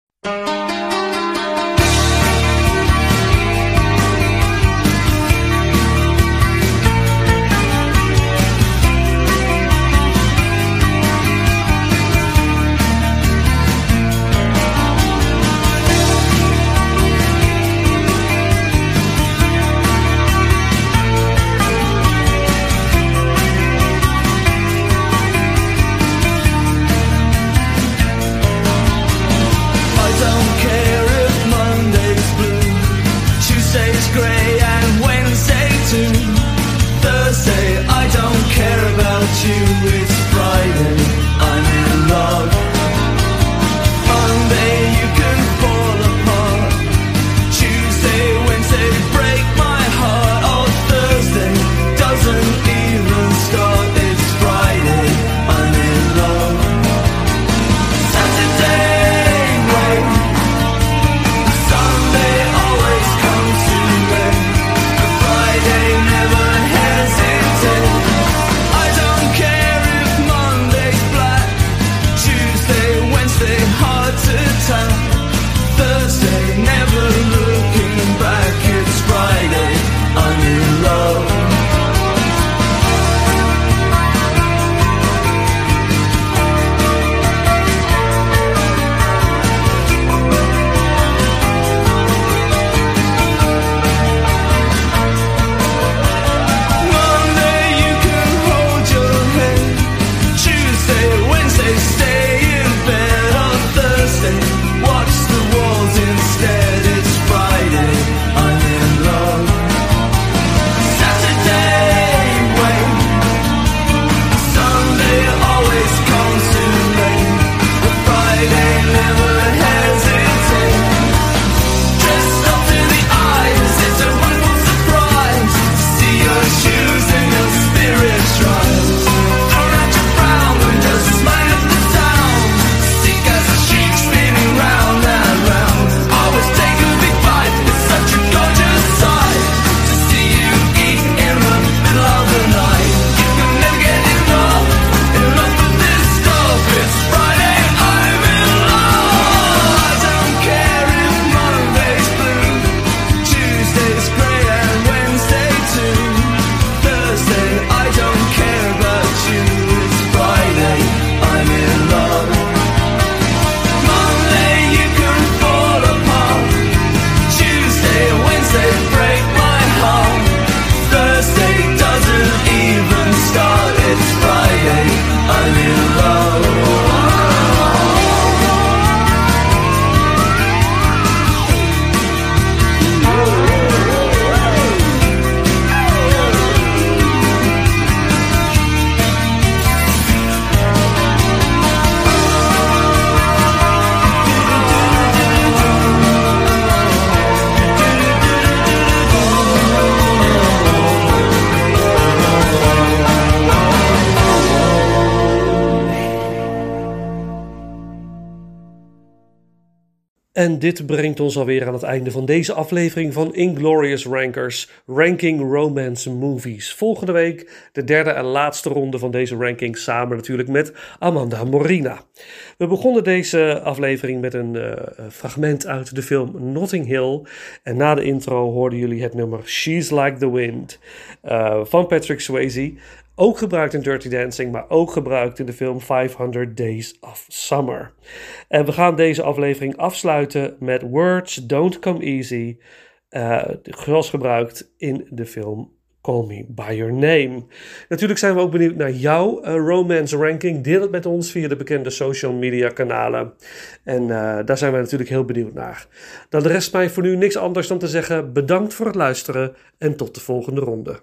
En dit brengt ons alweer aan het einde van deze aflevering van Inglorious Rankers, Ranking Romance Movies. Volgende week de derde en laatste ronde van deze ranking, samen natuurlijk met Amanda Morina. We begonnen deze aflevering met een uh, fragment uit de film Notting Hill. En na de intro hoorden jullie het nummer She's Like the Wind uh, van Patrick Swayze. Ook gebruikt in Dirty Dancing, maar ook gebruikt in de film vijfhonderd Days of Summer. En we gaan deze aflevering afsluiten met Words Don't Come Easy, uh, zoals gebruikt in de film Call Me By Your Name. Natuurlijk zijn we ook benieuwd naar jouw uh, romance ranking. Deel het met ons via de bekende social media kanalen. En uh, daar zijn wij natuurlijk heel benieuwd naar. Dan rest mij voor nu niks anders dan te zeggen bedankt voor het luisteren en tot de volgende ronde.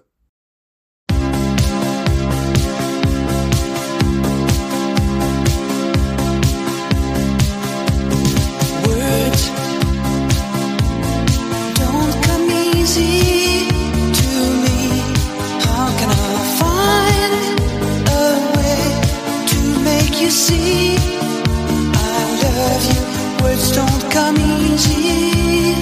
See, I love you, words don't come easy.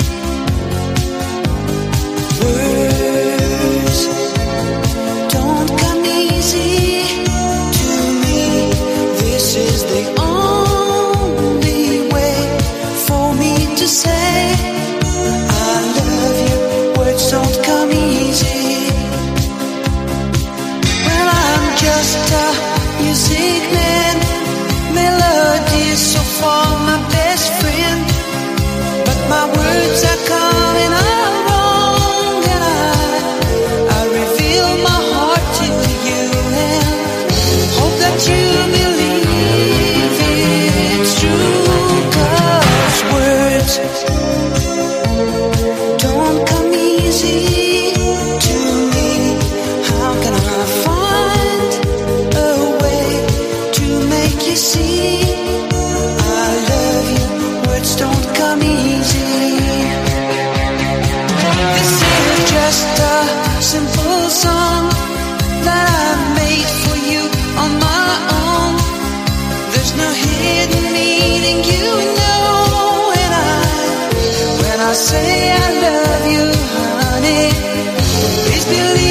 Words don't come easy to me. This is the only way for me to say I love you, words don't come easy. Well, I'm just a music man, melody so far my best friend, but my words are coming out wrong, and I, I reveal my heart to you and hope that you believe it's true, 'cause words don't come easy to me. How can I find a way to make you see I love you, words don't come easy. This is just a simple song that I made for you on my own. There's no hidden meaning, you know, and I, when I say I love you, honey, please believe